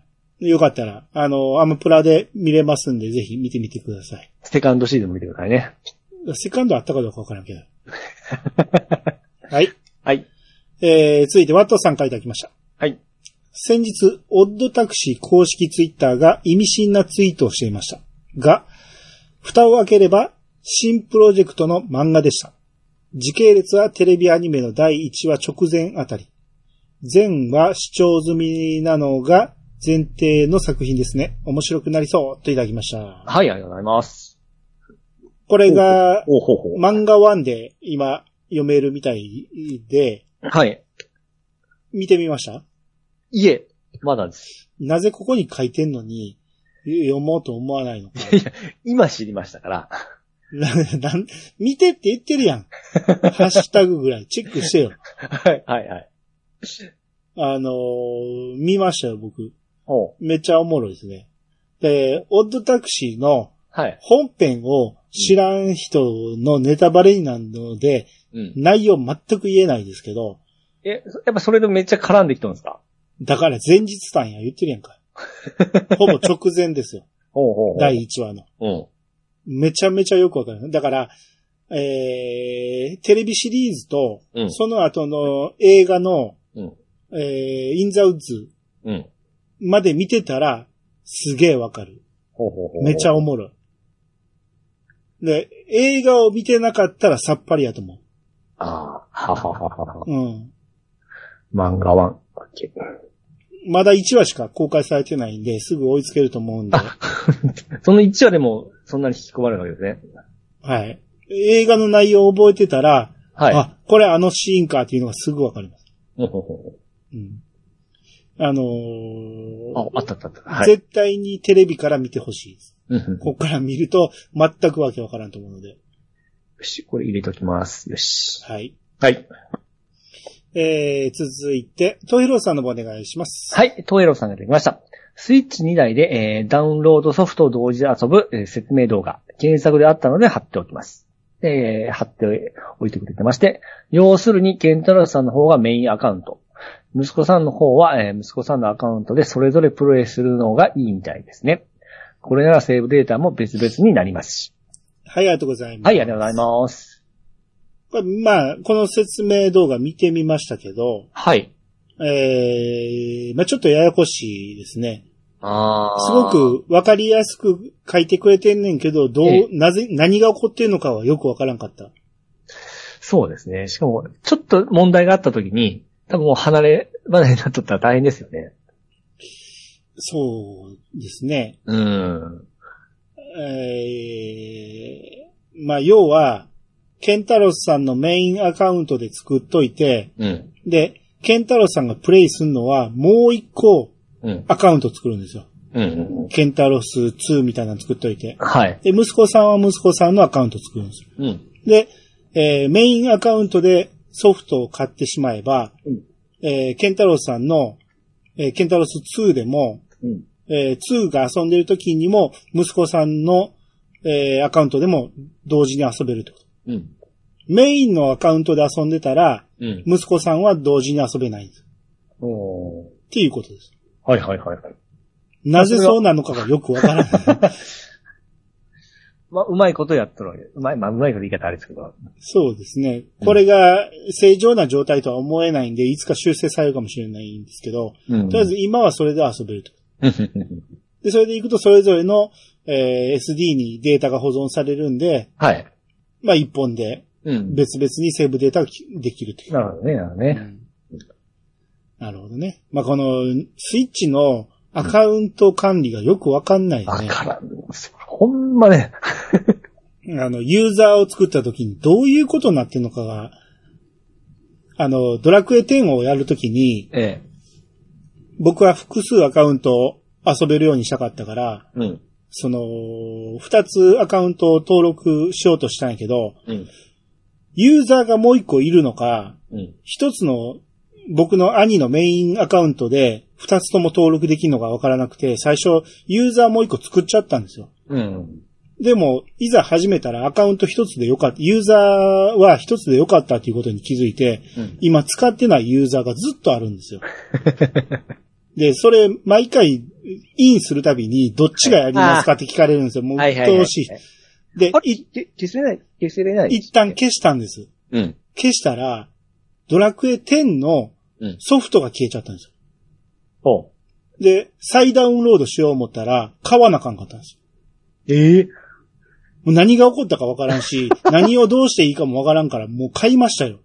よかったら、あの、アマプラで見れますんで、ぜひ見てみてください。 セカンドシーズンも見てくださいね。 セカンドあったかどうかわからんけど。はい。 はい。 えー、続いてワットさんからいただきました。 はい。 先日、オッドタクシー公式ツイッターが意味深なツイートをしていました。が、蓋を開ければ、新プロジェクトの漫画でした。時系列はテレビアニメのだいいちわ直前あたり。前は視聴済みなのが前提の作品ですね。面白くなりそうといただきました。はい、 ありがとうございます。 これが、漫画ワンで今読めるみたいで、 はい。 見てみました？ いえ、まだです。 なぜここに書いてんのに読もうと思わないのか。 いや、今知りましたから。 な、な、見てって言ってるやん。ハッシュタグぐらいチェックしてよ。 はい、はい、はい。 あのー、見ましたよ、僕。めっちゃおもろいですね。で、オッドタクシーの本編を知らん人のネタバレになるので、うん、内容全く言えないですけど。 え、やっぱそれでめっちゃ絡んできたんですか？ だから前日談や言ってるやんか。ほぼ直前ですよ。 ほうほうほう、 だいいちわの。うんめちゃめちゃよくわかる。だから、えー、テレビシリーズと、うん、その後の映画の、うん、えー、インザウッズまで見てたら、すげえわかる。 ほうほうほう。 めちゃおもろい。で、映画を見てなかったらさっぱりやと思う。 ああ、はははは。 うん。 漫画は、 まだいちわしか公開されてないんで、すぐ追いつけると思うんで。 そのいちわでも、そんなに引き込まれるわけですね。 はい。映画の内容を覚えてたら、はい。あ、これあのシーンかっていうのがすぐわかります。うん。あのー、 あ、あったあったあった。はい。 絶対にテレビから見てほしいです。ここから見ると全くわけわからんと思うので。よし、これ入れときます。よし。 はい。 はい。 えー、続いて、トヘロさんの方お願いします。 はい、トヘロさんができました。スイッチにだいで、えー、ダウンロードソフトを同時で遊ぶ、えー、説明動画、検索であったので貼っておきます。えー、貼っておいてくれてまして、要するにケンタロスさんの方がメインアカウント。息子さんの方は、えー、息子さんのアカウントでそれぞれプレイするのがいいみたいですね。これならセーブデータも別々になりますし。 はい、ありがとうございます。 はい、ありがとうございます。 これまあ、この説明動画見てみましたけど。 はい。 えー、まあちょっとややこしいですね。 ああ。 すごくわかりやすく書いてくれてんねんけど、どう、ええ、なぜ、何が起こってんのかはよくわからんかった。 そうですね。しかも、ちょっと問題があった時に、多分もう離れ離れになっとったら大変ですよね。 そうですね。 うん。 えー、まあ要は、ケンタロスさんのメインアカウントで作っといて、うん、で、ケンタロスさんがプレイするのはもう一個アカウント作るんですよ。うんうんうん、ケンタロスツーみたいなの作っといて。 はい。 で、息子さんは息子さんのアカウント作るんですよ。うん、で、えー、メインアカウントでソフトを買ってしまえば、うんえー、ケンタロスさんの、えー、ケンタロスツーでも、うんえー、ツーが遊んでる時にも息子さんの、えー、アカウントでも同時に遊べるってこと。うん、メインのアカウントで遊んでたら、うん、息子さんは同時に遊べないんです。 おーっていうことです。 はいはいはいはい。 なぜそうなのかがよくわからない。 まあ、うまいことやったら、うまい、まあ、うまいこと言い方あれですけど。 そうですね。これが正常な状態とは思えないんで、いつか修正されるかもしれないんですけど、うん、とりあえず今はそれで遊べると。で、それでいくとそれぞれの、えー、エスディー にデータが保存されるんで、 はい。 まあ、一本で、別々にセーブデータができるという。 なるほどね、なるほどね。 うん、なるほどね。まあ、この、スイッチのアカウント管理がよくわかんないよね。 わからん。ほんまね。 あの、ユーザーを作った時にどういうことになってんのかが、あの、ドラクエテンをやるときに、ええ、僕は複数アカウントを遊べるようにしたかったから、うん、 その、二つアカウントを登録しようとしたんやけど、うん、ユーザーがもう一個いるのか、一、うん、つの僕の兄のメインアカウントで二つとも登録できるのがわからなくて、最初ユーザーもう一個作っちゃったんですよ。うん、でも、いざ始めたらアカウント一つでよかった、ユーザーは一つでよかったっていうことに気づいて、うん、今使ってないユーザーがずっとあるんですよ。で、それ、毎回、インするたびに、どっちがやりますかって聞かれるんですよ。もう、鬱陶しい。で、 い、消せない、消せれない。 一旦消したんです。うん。消したら、ドラクエテンのソフトが消えちゃったんですよ。ほう。で、再ダウンロードしよう思ったら、買わなあかんかったんですよ。ええー、もう何が起こったかわからんし、何をどうしていいかもわからんから、もう買いましたよ。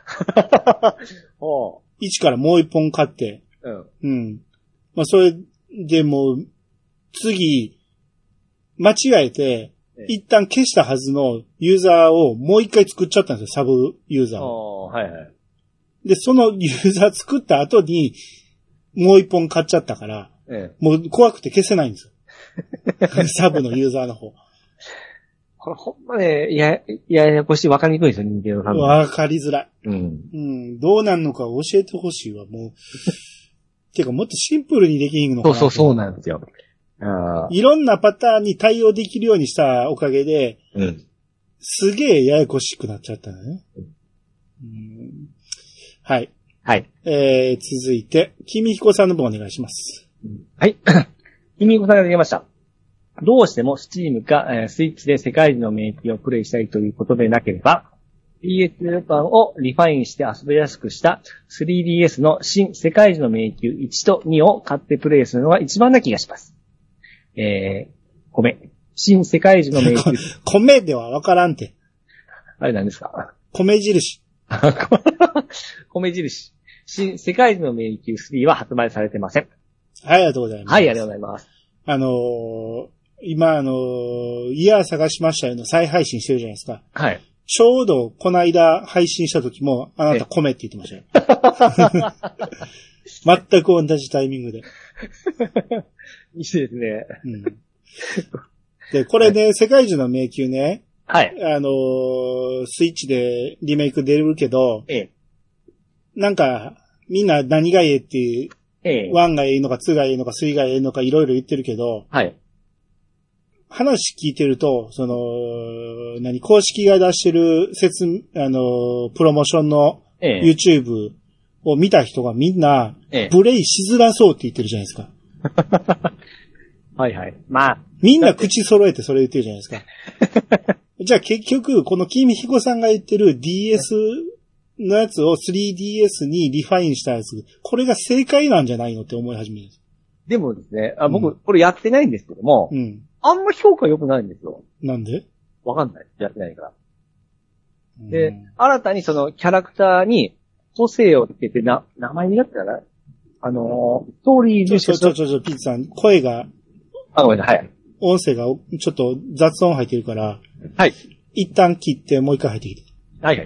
ほう。一からもう一本買って、うん。うん。まあ、それでもう、次、間違えて、一旦消したはずのユーザーをもう一回作っちゃったんですよ、サブユーザーを。はいはい。で、そのユーザー作った後に、もう一本買っちゃったから、ええ、もう怖くて消せないんですよ。サブのユーザーの方。 これほんまね、や、ややこしい、わかりにくいですよ、人間の多分。 わかりづらい。うん。うん。どうなんのか教えてほしいわ、もう。てか、もっとシンプルにできるのかな。 そうそう、そうなんですよ。 あいろんなパターンに対応できるようにしたおかげで、うん、すげえややこしくなっちゃったね。うん、はい。はい。えー、続いて、君彦さんの方お願いします。 はい。君彦さんができました。どうしても Steam か、えー、Switch で世界中の迷宮をプレイしたいということでなければ、ピーエス 版をリファインして遊びやすくした スリーディーエス の新世界中の迷宮いちとにを買ってプレイするのが一番な気がします。えー、米。新世界中の迷宮。 米ではわからんて。 あれ何ですか？ 米印。 米印。新世界中の迷宮スリーは発売されてません。 はい、ありがとうございます。 はい、ありがとうございます。 あのー、今あのー、イヤー探しましたよの再配信してるじゃないですか。はい。ちょうどこの間配信した時もあなた米って言ってましたよ。全く同じタイミングで。 いいですね。うん。 で、これね、はい、世界中の迷宮ね。 はい。 あのー、スイッチでリメイク出るけど、ええ。なんか、みんな何がええっていう、ええ。ワンがええのかツーがええのかスリーがええのかいろいろ言ってるけど、はい。話聞いてると、その、何、公式が出してる説、あの、プロモーションの YouTube を見た人がみんな、プレイしづらそうって言ってるじゃないですか。 はいはい。まあ。 みんな口揃えてそれ言ってるじゃないですか。じゃあ結局、この君彦さんが言ってる ディーエス のやつを スリーディーエス にリファインしたやつ、これが正解なんじゃないのって思い始めるんです。 でもですね、あ僕、うん、これやってないんですけども、うん、あんま評価良くないんですよ。 なんで？ わかんない。やってないから。で、うん、新たにそのキャラクターに個性をつけてな、名前になったら、あのー、ストーリーでちょちょちょちょ、ピッツさん、声が、 あ、ごめんなさい。はい。 音声がちょっと雑音入ってるから、はい。一旦切ってもう一回入ってきて。 はいはい。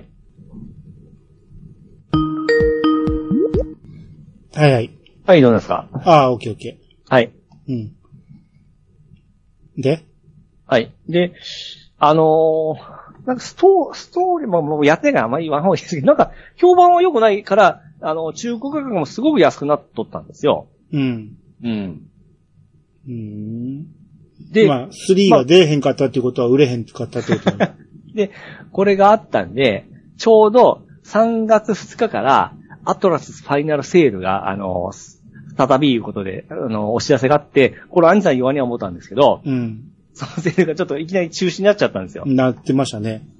はいはい。 はい、どうですか？ ああ、オッケーオッケー。はい。 うん。で？ はい。で、あのー、なんかストー、ストーリーももうやってないからあんまり言わん方がいいですけど、なんか評判は良くないから、あの、中古価格もすごく安くなっとったんですよ。 うん。 うん。 うん。で、まあ、スリーが出えへんかったっていうことは売れへんかったってことだね。 で、これがあったんで、ちょうどさんがつふつかからアトラスファイナルセールが、あの、再びいうことで、あの、お知らせがあって、これ兄さん言わには思ったんですけど、うん。そのセールがちょっといきなり中止になっちゃったんですよ。 なってましたね。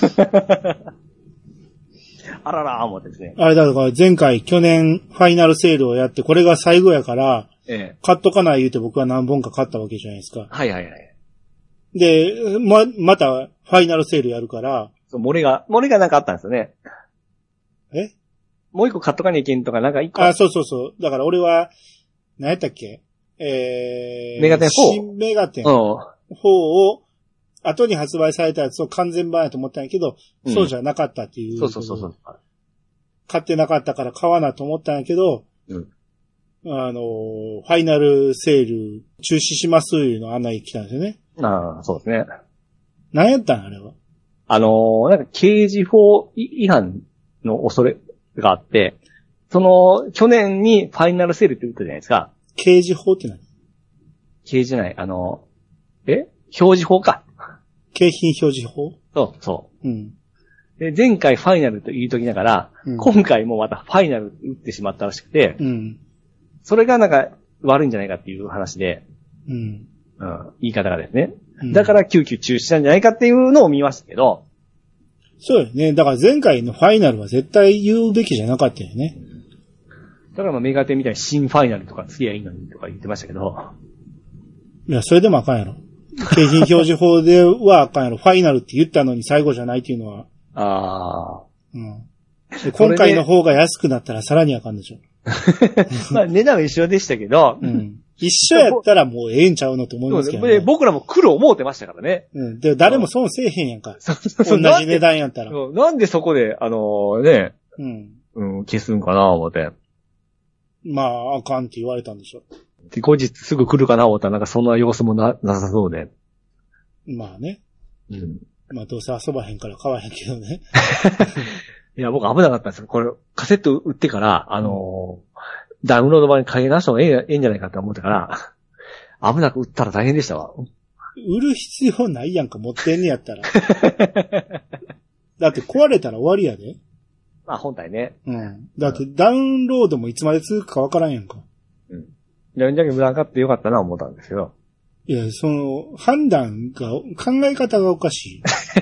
あらら、思ってですね。 あれだから前回去年ファイナルセールをやって、これが最後やから、ええ、買っとかない言うて僕は何本か買ったわけじゃないですか。 はいはいはい。 で、ま、またファイナルセールやるから。 そう、漏れが、漏れがなんかあったんですよね。 え？ もう一個買っとかなきゃいけんとかなんか一個。 あ、そうそうそう。だから俺は、何やったっけ？えー、 メガテンフォー。 新メガテンフォーを、後に発売されたやつを完全版やと思ったんやけど、うん、そうじゃなかったっていう。 そうそうそうそう。 買ってなかったから買わなと思ったんやけど、うん、 あの、ファイナルセール中止しますいうの案内来たんですよね。 ああ、そうですね。 何やったんあれは。 あのー、なんか刑事法違反の恐れがあって、その、去年にファイナルセールって言ったじゃないですか。 刑事法って何？ 刑事じゃない、あの、え表示法か。 景品表示法？ そう、そう。 うん。 で、前回ファイナルと言いときながら、うん、今回もまたファイナルって打ってしまったらしくて、うん。それがなんか悪いんじゃないかっていう話で、うん。うん、言い方がですね。うん、だから急遽中止したんじゃないかっていうのを見ましたけど。 そうよね。だから前回のファイナルは絶対言うべきじゃなかったよね。 だからまあメガテンみたいに新ファイナルとかつけりゃいいのにとか言ってましたけど。 いや、それでもあかんやろ。景品表示法ではあかんやろ。ファイナルって言ったのに最後じゃないっていうのは。ああ。うん。で今回の方が安くなったらさらにあかんでしょ。 まあ値段は一緒でしたけど。 うん。一緒やったらもうええんちゃうのと思いますけどね。 で僕らも来る思うてましたからね。 うん。で、誰も損せえへんやんか。そうそうそう。同じ値段やったら。 なんでそこで、あのー、ね。うん。うん、消すんかな思って。 まあ、あかんって言われたんでしょ。 で、後日すぐ来るかな思ったらなんかそんな様子もな、なさそうで。 まあね。うん。まあどうせ遊ばへんから買わへんけどね。 いや、僕危なかったんですよ。これ、カセット売ってから、あのー、ダウンロード版に買い出した方がええ、ええんじゃないかって思ったから、危なく売ったら大変でしたわ。 売る必要ないやんか、持ってんねやったら。だって壊れたら終わりやで。 まあ本体ね。 うん。だってダウンロードもいつまで続くかわからんやんか。 うん。じゃあ、じゃあ無駄買ってよかったな思ったんですけど。 いや、その、判断が、考え方がおかしい。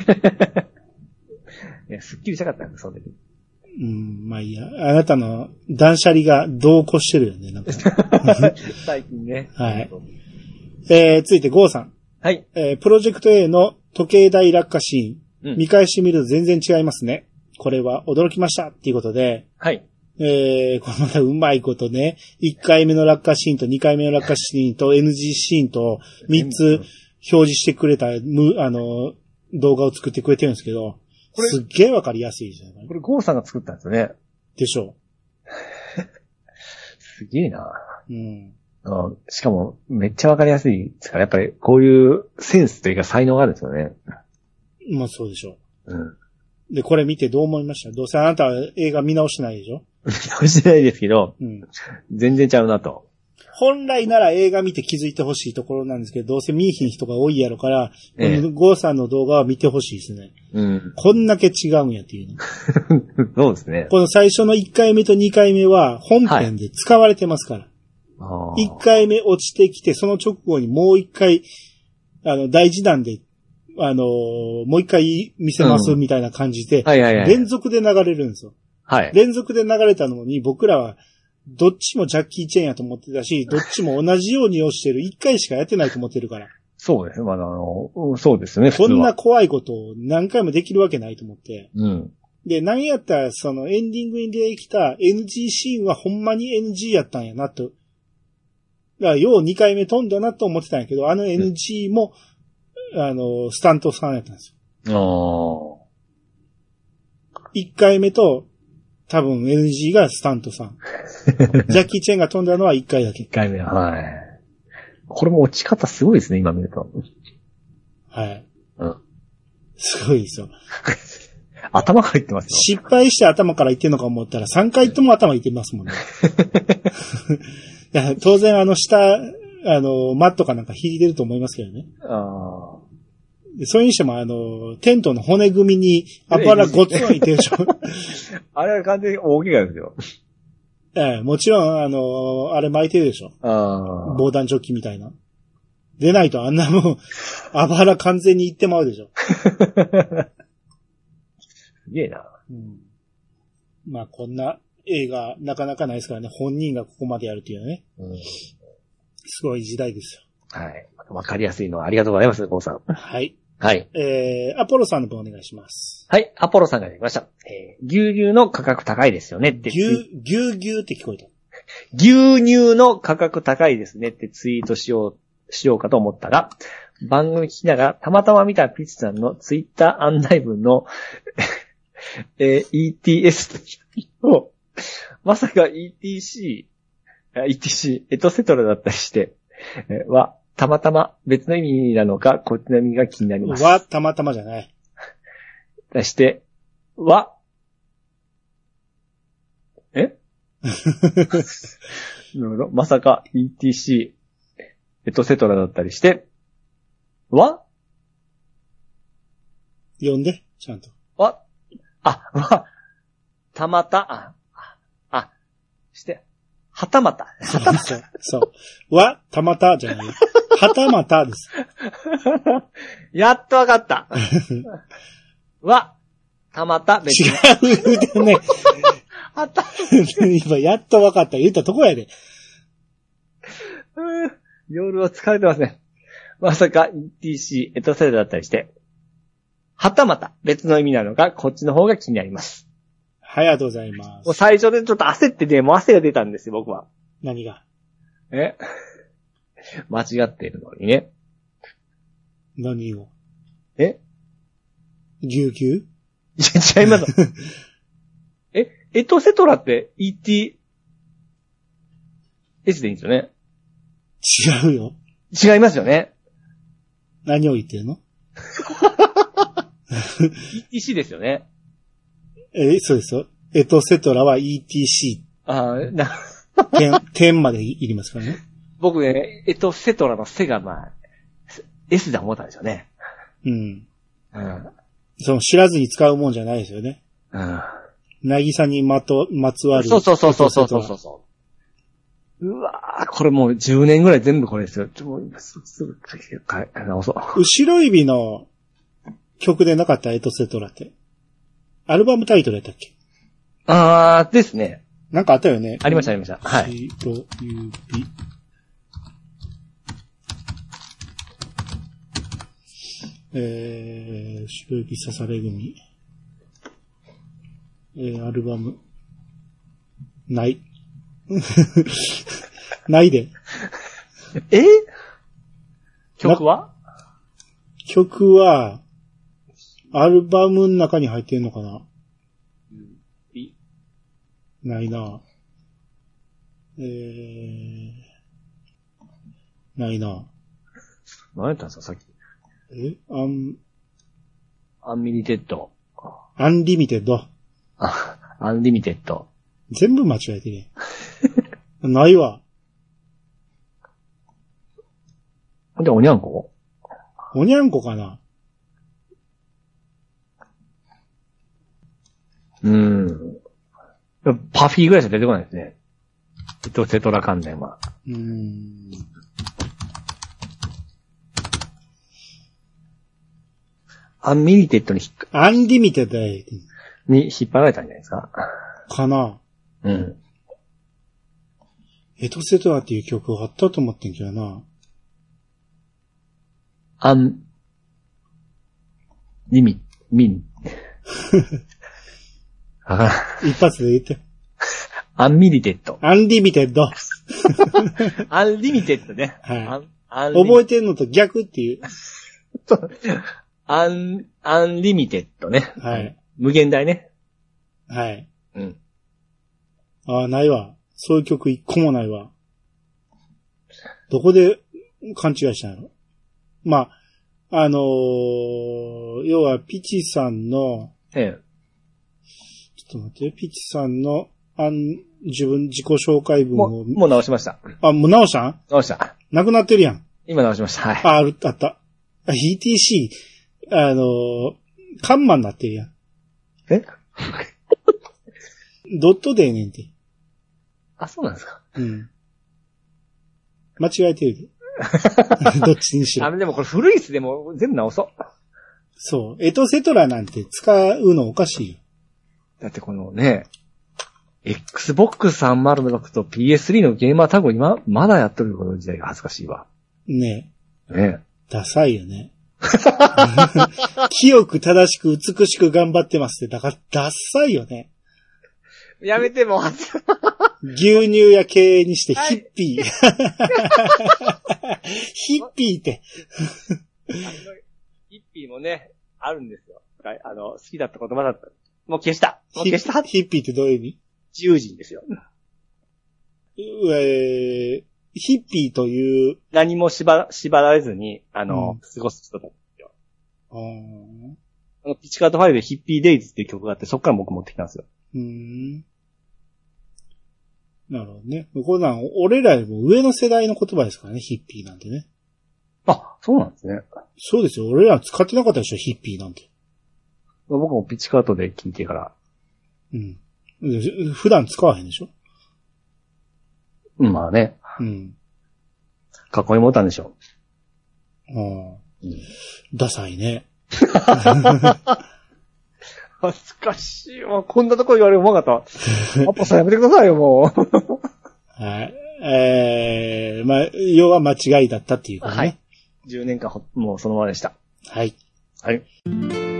いや、すっきりしたかったんです、その時。 うん、まあいいや。あなたの断捨離が同行してるよね、なんか。 最近ね。 はい。えー、続いてゴーさん。 はい。 えー、プロジェクト A の時計台落下シーン。うん、見返してみると全然違いますね。これは驚きましたっていうことで。 はい。 えー、このまたうまいことね、いっかいめの落下シーンとにかいめの落下シーンと エヌジー シーンとみっつ表示してくれた、む、あの、動画を作ってくれてるんですけど、これすっげえわかりやすいじゃない。 これゴーさんが作ったんですよね。 でしょう。すげえな。うん。しかも、めっちゃわかりやすいですから、やっぱりこういうセンスというか才能があるんですよね。 まあそうでしょう。うん。で、これ見てどう思いました？どうせあなたは映画見直してないでしょ？ 見直してないですけど、うん、全然ちゃうなと。 本来なら映画見て気づいてほしいところなんですけど、どうせ見えひん人が多いやろから、ええ、このゴーさんの動画は見てほしいですね。うん、こんだけ違うんやっていうの。 そうですね。 この最初のいっかいめとにかいめは本編で使われてますから。はい、いっかいめ落ちてきて、その直後にもういっかい、あの、大事なんで、あのー、もう一回見せますみたいな感じで、連続で流れるんですよ。はい。連続で流れたのに僕らは、どっちもジャッキー・チェンやと思ってたし、どっちも同じように押してる、一回しかやってないと思ってるから。 そうですね。まあ、あの、そうですね。 こんな怖いことを何回もできるわけないと思って。うん。で、何やったら、そのエンディングに出てきた エヌジー シーンはほんまに エヌジー やったんやなと。だから、ようにかいめ飛んだなと思ってたんやけど、あの エヌジー も、うん、あの、スタントさんやったんですよ。ああ。いっかいめと、多分 エヌジー がスタントさん。ジャッキー・チェンが飛んだのはいっかいだけ。 いっかいめは。はい。これも落ち方すごいですね、今見ると。 はい。うん。すごいですよ。 頭からいってますよ。 失敗して頭からいってんのか思ったらさんかいとも頭いってますもんね。いや当然あの下、あの、マットかなんか引いてると思いますけどね。ああ。それにしてもあの、テントの骨組みにあばらごつはいてるでしょ。 あれは完全に大怪我ですよ。 ええ、もちろんあの、あれ巻いてるでしょ。ああ。防弾チョッキみたいな。でないとあんなもん、あばら完全にいってまうでしょ。 すげえな。 うん。まあこんな映画なかなかないですからね。本人がここまでやるっていうね。うん。すごい時代ですよ。 はい。わかりやすいのはありがとうございます、ゴーさん。 はい。 はい。 えー、アポロさんの分お願いします。 はい、アポロさんがやりました。えー、牛乳の価格高いですよねって。 牛、牛牛って聞こえた。 牛乳の価格高いですねってツイートしよう、しようかと思ったら、番組聞きながらたまたま見たピッチさんのツイッター案内文の、えー、イーティーエス を、まさか イーティーシー、 イーティーシー、エトセトラだったりして、えは、たまたま別の意味なのか、こっちの意味が気になります。 は、たまたまじゃない。 そして、は、えなるほど。まさか イーティーシー、エトセトラだったりして、は読んで、ちゃんと。 わ、あ、わ、たまた、あ、あ、して、はたまた。 そうそう。そう。わ、たまたじゃない。はたまたです。 やっとわかった。わ、たまた、 別に。違うね。 はた。 今、やっとわかった。言ったとこやで。 夜は疲れてますね。まさか イーティーシー、エトセトラだったりして、はたまた別の意味なのか、こっちの方が気になります。 はい、ありがとうございます。 もう最初でちょっと焦ってね、もう汗が出たんですよ、僕は。 何が？ え間違っているのにね。 何を？ えぎゅうぎゅう？ いや、違います。え、エトセトラって イーティーエス でいいんですよね？ 違うよ。 違いますよね。 何を言ってるの？ イーティーシー ですよね。 え、そうですよ。エトセトラは イーティーシー。ああ、な、 点、点までいりますからね。 僕ね、エトセトラの背がまあ、S だ思ったんですよね。 うん。 うん。 その知らずに使うもんじゃないですよね。 うん。 なぎさにまと、まつわる。 そうそうそうそうそうそうそう。うわー、これもうじゅうねんぐらい全部これですよ。ちょ、もう、すぐ、か直そう。 後ろ指の曲でなかったエトセトラって。アルバムタイトルやったっけ？ あー、ですね。 なんかあったよね。 ありましたありました。はい。 後ろ指。えー、後ろ指刺され組。えー、アルバム。ない。ないで。 え曲は曲は、アルバムの中に入ってんのかな、うん、ないな。えー、ないな。 何やったんですか、さっき。 えアン、 アンミニテッド。 アンリミテッド。 あ、アンリミテッド。 全部間違えてね。ないわ。 で、おにゃんこおにゃんこかな。 うーん。パフィーぐらいしか出てこないですね。エトセトラ関連は。 うーん。 アンミニテッドに引っアンリミテッドに引っ張られたんじゃないですか。 かな。 うん。 エトセトラっていう曲があったと思ってんけどな。 アン、リミ、ミン。 一発で言って。 アンミリテッド。 アンリミテッド。 アンリミテッドね。 はい。アン覚えてんのと逆っていう。 アン、アンリミテッドね。 はい。 無限大ね。 はい。 うん。 ああ、ないわ。そういう曲一個もないわ。どこで勘違いしたんやろ。まあ、あのー、要はピチさんの、 ええ。 ちょっと待って、ピチさんの、あん、自分、自己紹介文を。 もう、もう直しました。 あ、もう直したん？ 直した。 なくなってるやん。 今直しました。はい。 あ、ある、あった。イーティーシー、あのー、カンマになってるやん。 えドットでええねんて。 あ、そうなんですか。 うん。間違えてるで。どっちにしろ。 あ、でもこれ古いっす。でも全部直そう。 そう。エトセトラなんて使うのおかしいよ。 だってこのね、エックスボックスさんびゃくろく と ピーエススリー のゲーマータグ今、まだやっとるこの時代が恥ずかしいわ。 ねえ。ねえ。 ダサいよね。清く正しく美しく頑張ってますって。だからダサいよね。 やめてもう。 牛乳や経営にしてヒッピー。はい、ヒッピーって。 ヒッピーもね、あるんですよ。あの、好きだった言葉だった。もう消した。もう消した。 ヒッピーってどういう意味？ 自由人ですよ。 えー、ヒッピーという。 何も縛、縛られずに、あの、うん、過ごす人だったんですよ。ああのピチカートファイルでヒッピーデイズっていう曲があって、そっから僕持ってきたんですよ。うーん。 なるほどね。これなん、俺らよりも上の世代の言葉ですからね、ヒッピーなんてね。 あ、そうなんですね。 そうですよ。俺ら使ってなかったでしょ、ヒッピーなんて。 僕もピチカートで聞いてから。 うん。普段使わへんでしょ？ まあね。うん。かっこいいボタンでしょ。 ああ。うん。ダサいね。 恥ずかしいわ。こんなとこ言われるうまかったわ。アポさんやめてくださいよ、もう。 はい。えー、まあ、要は間違いだったっていうことね。 はい。じゅうねんかん、もうそのままでした。 はい。 はい。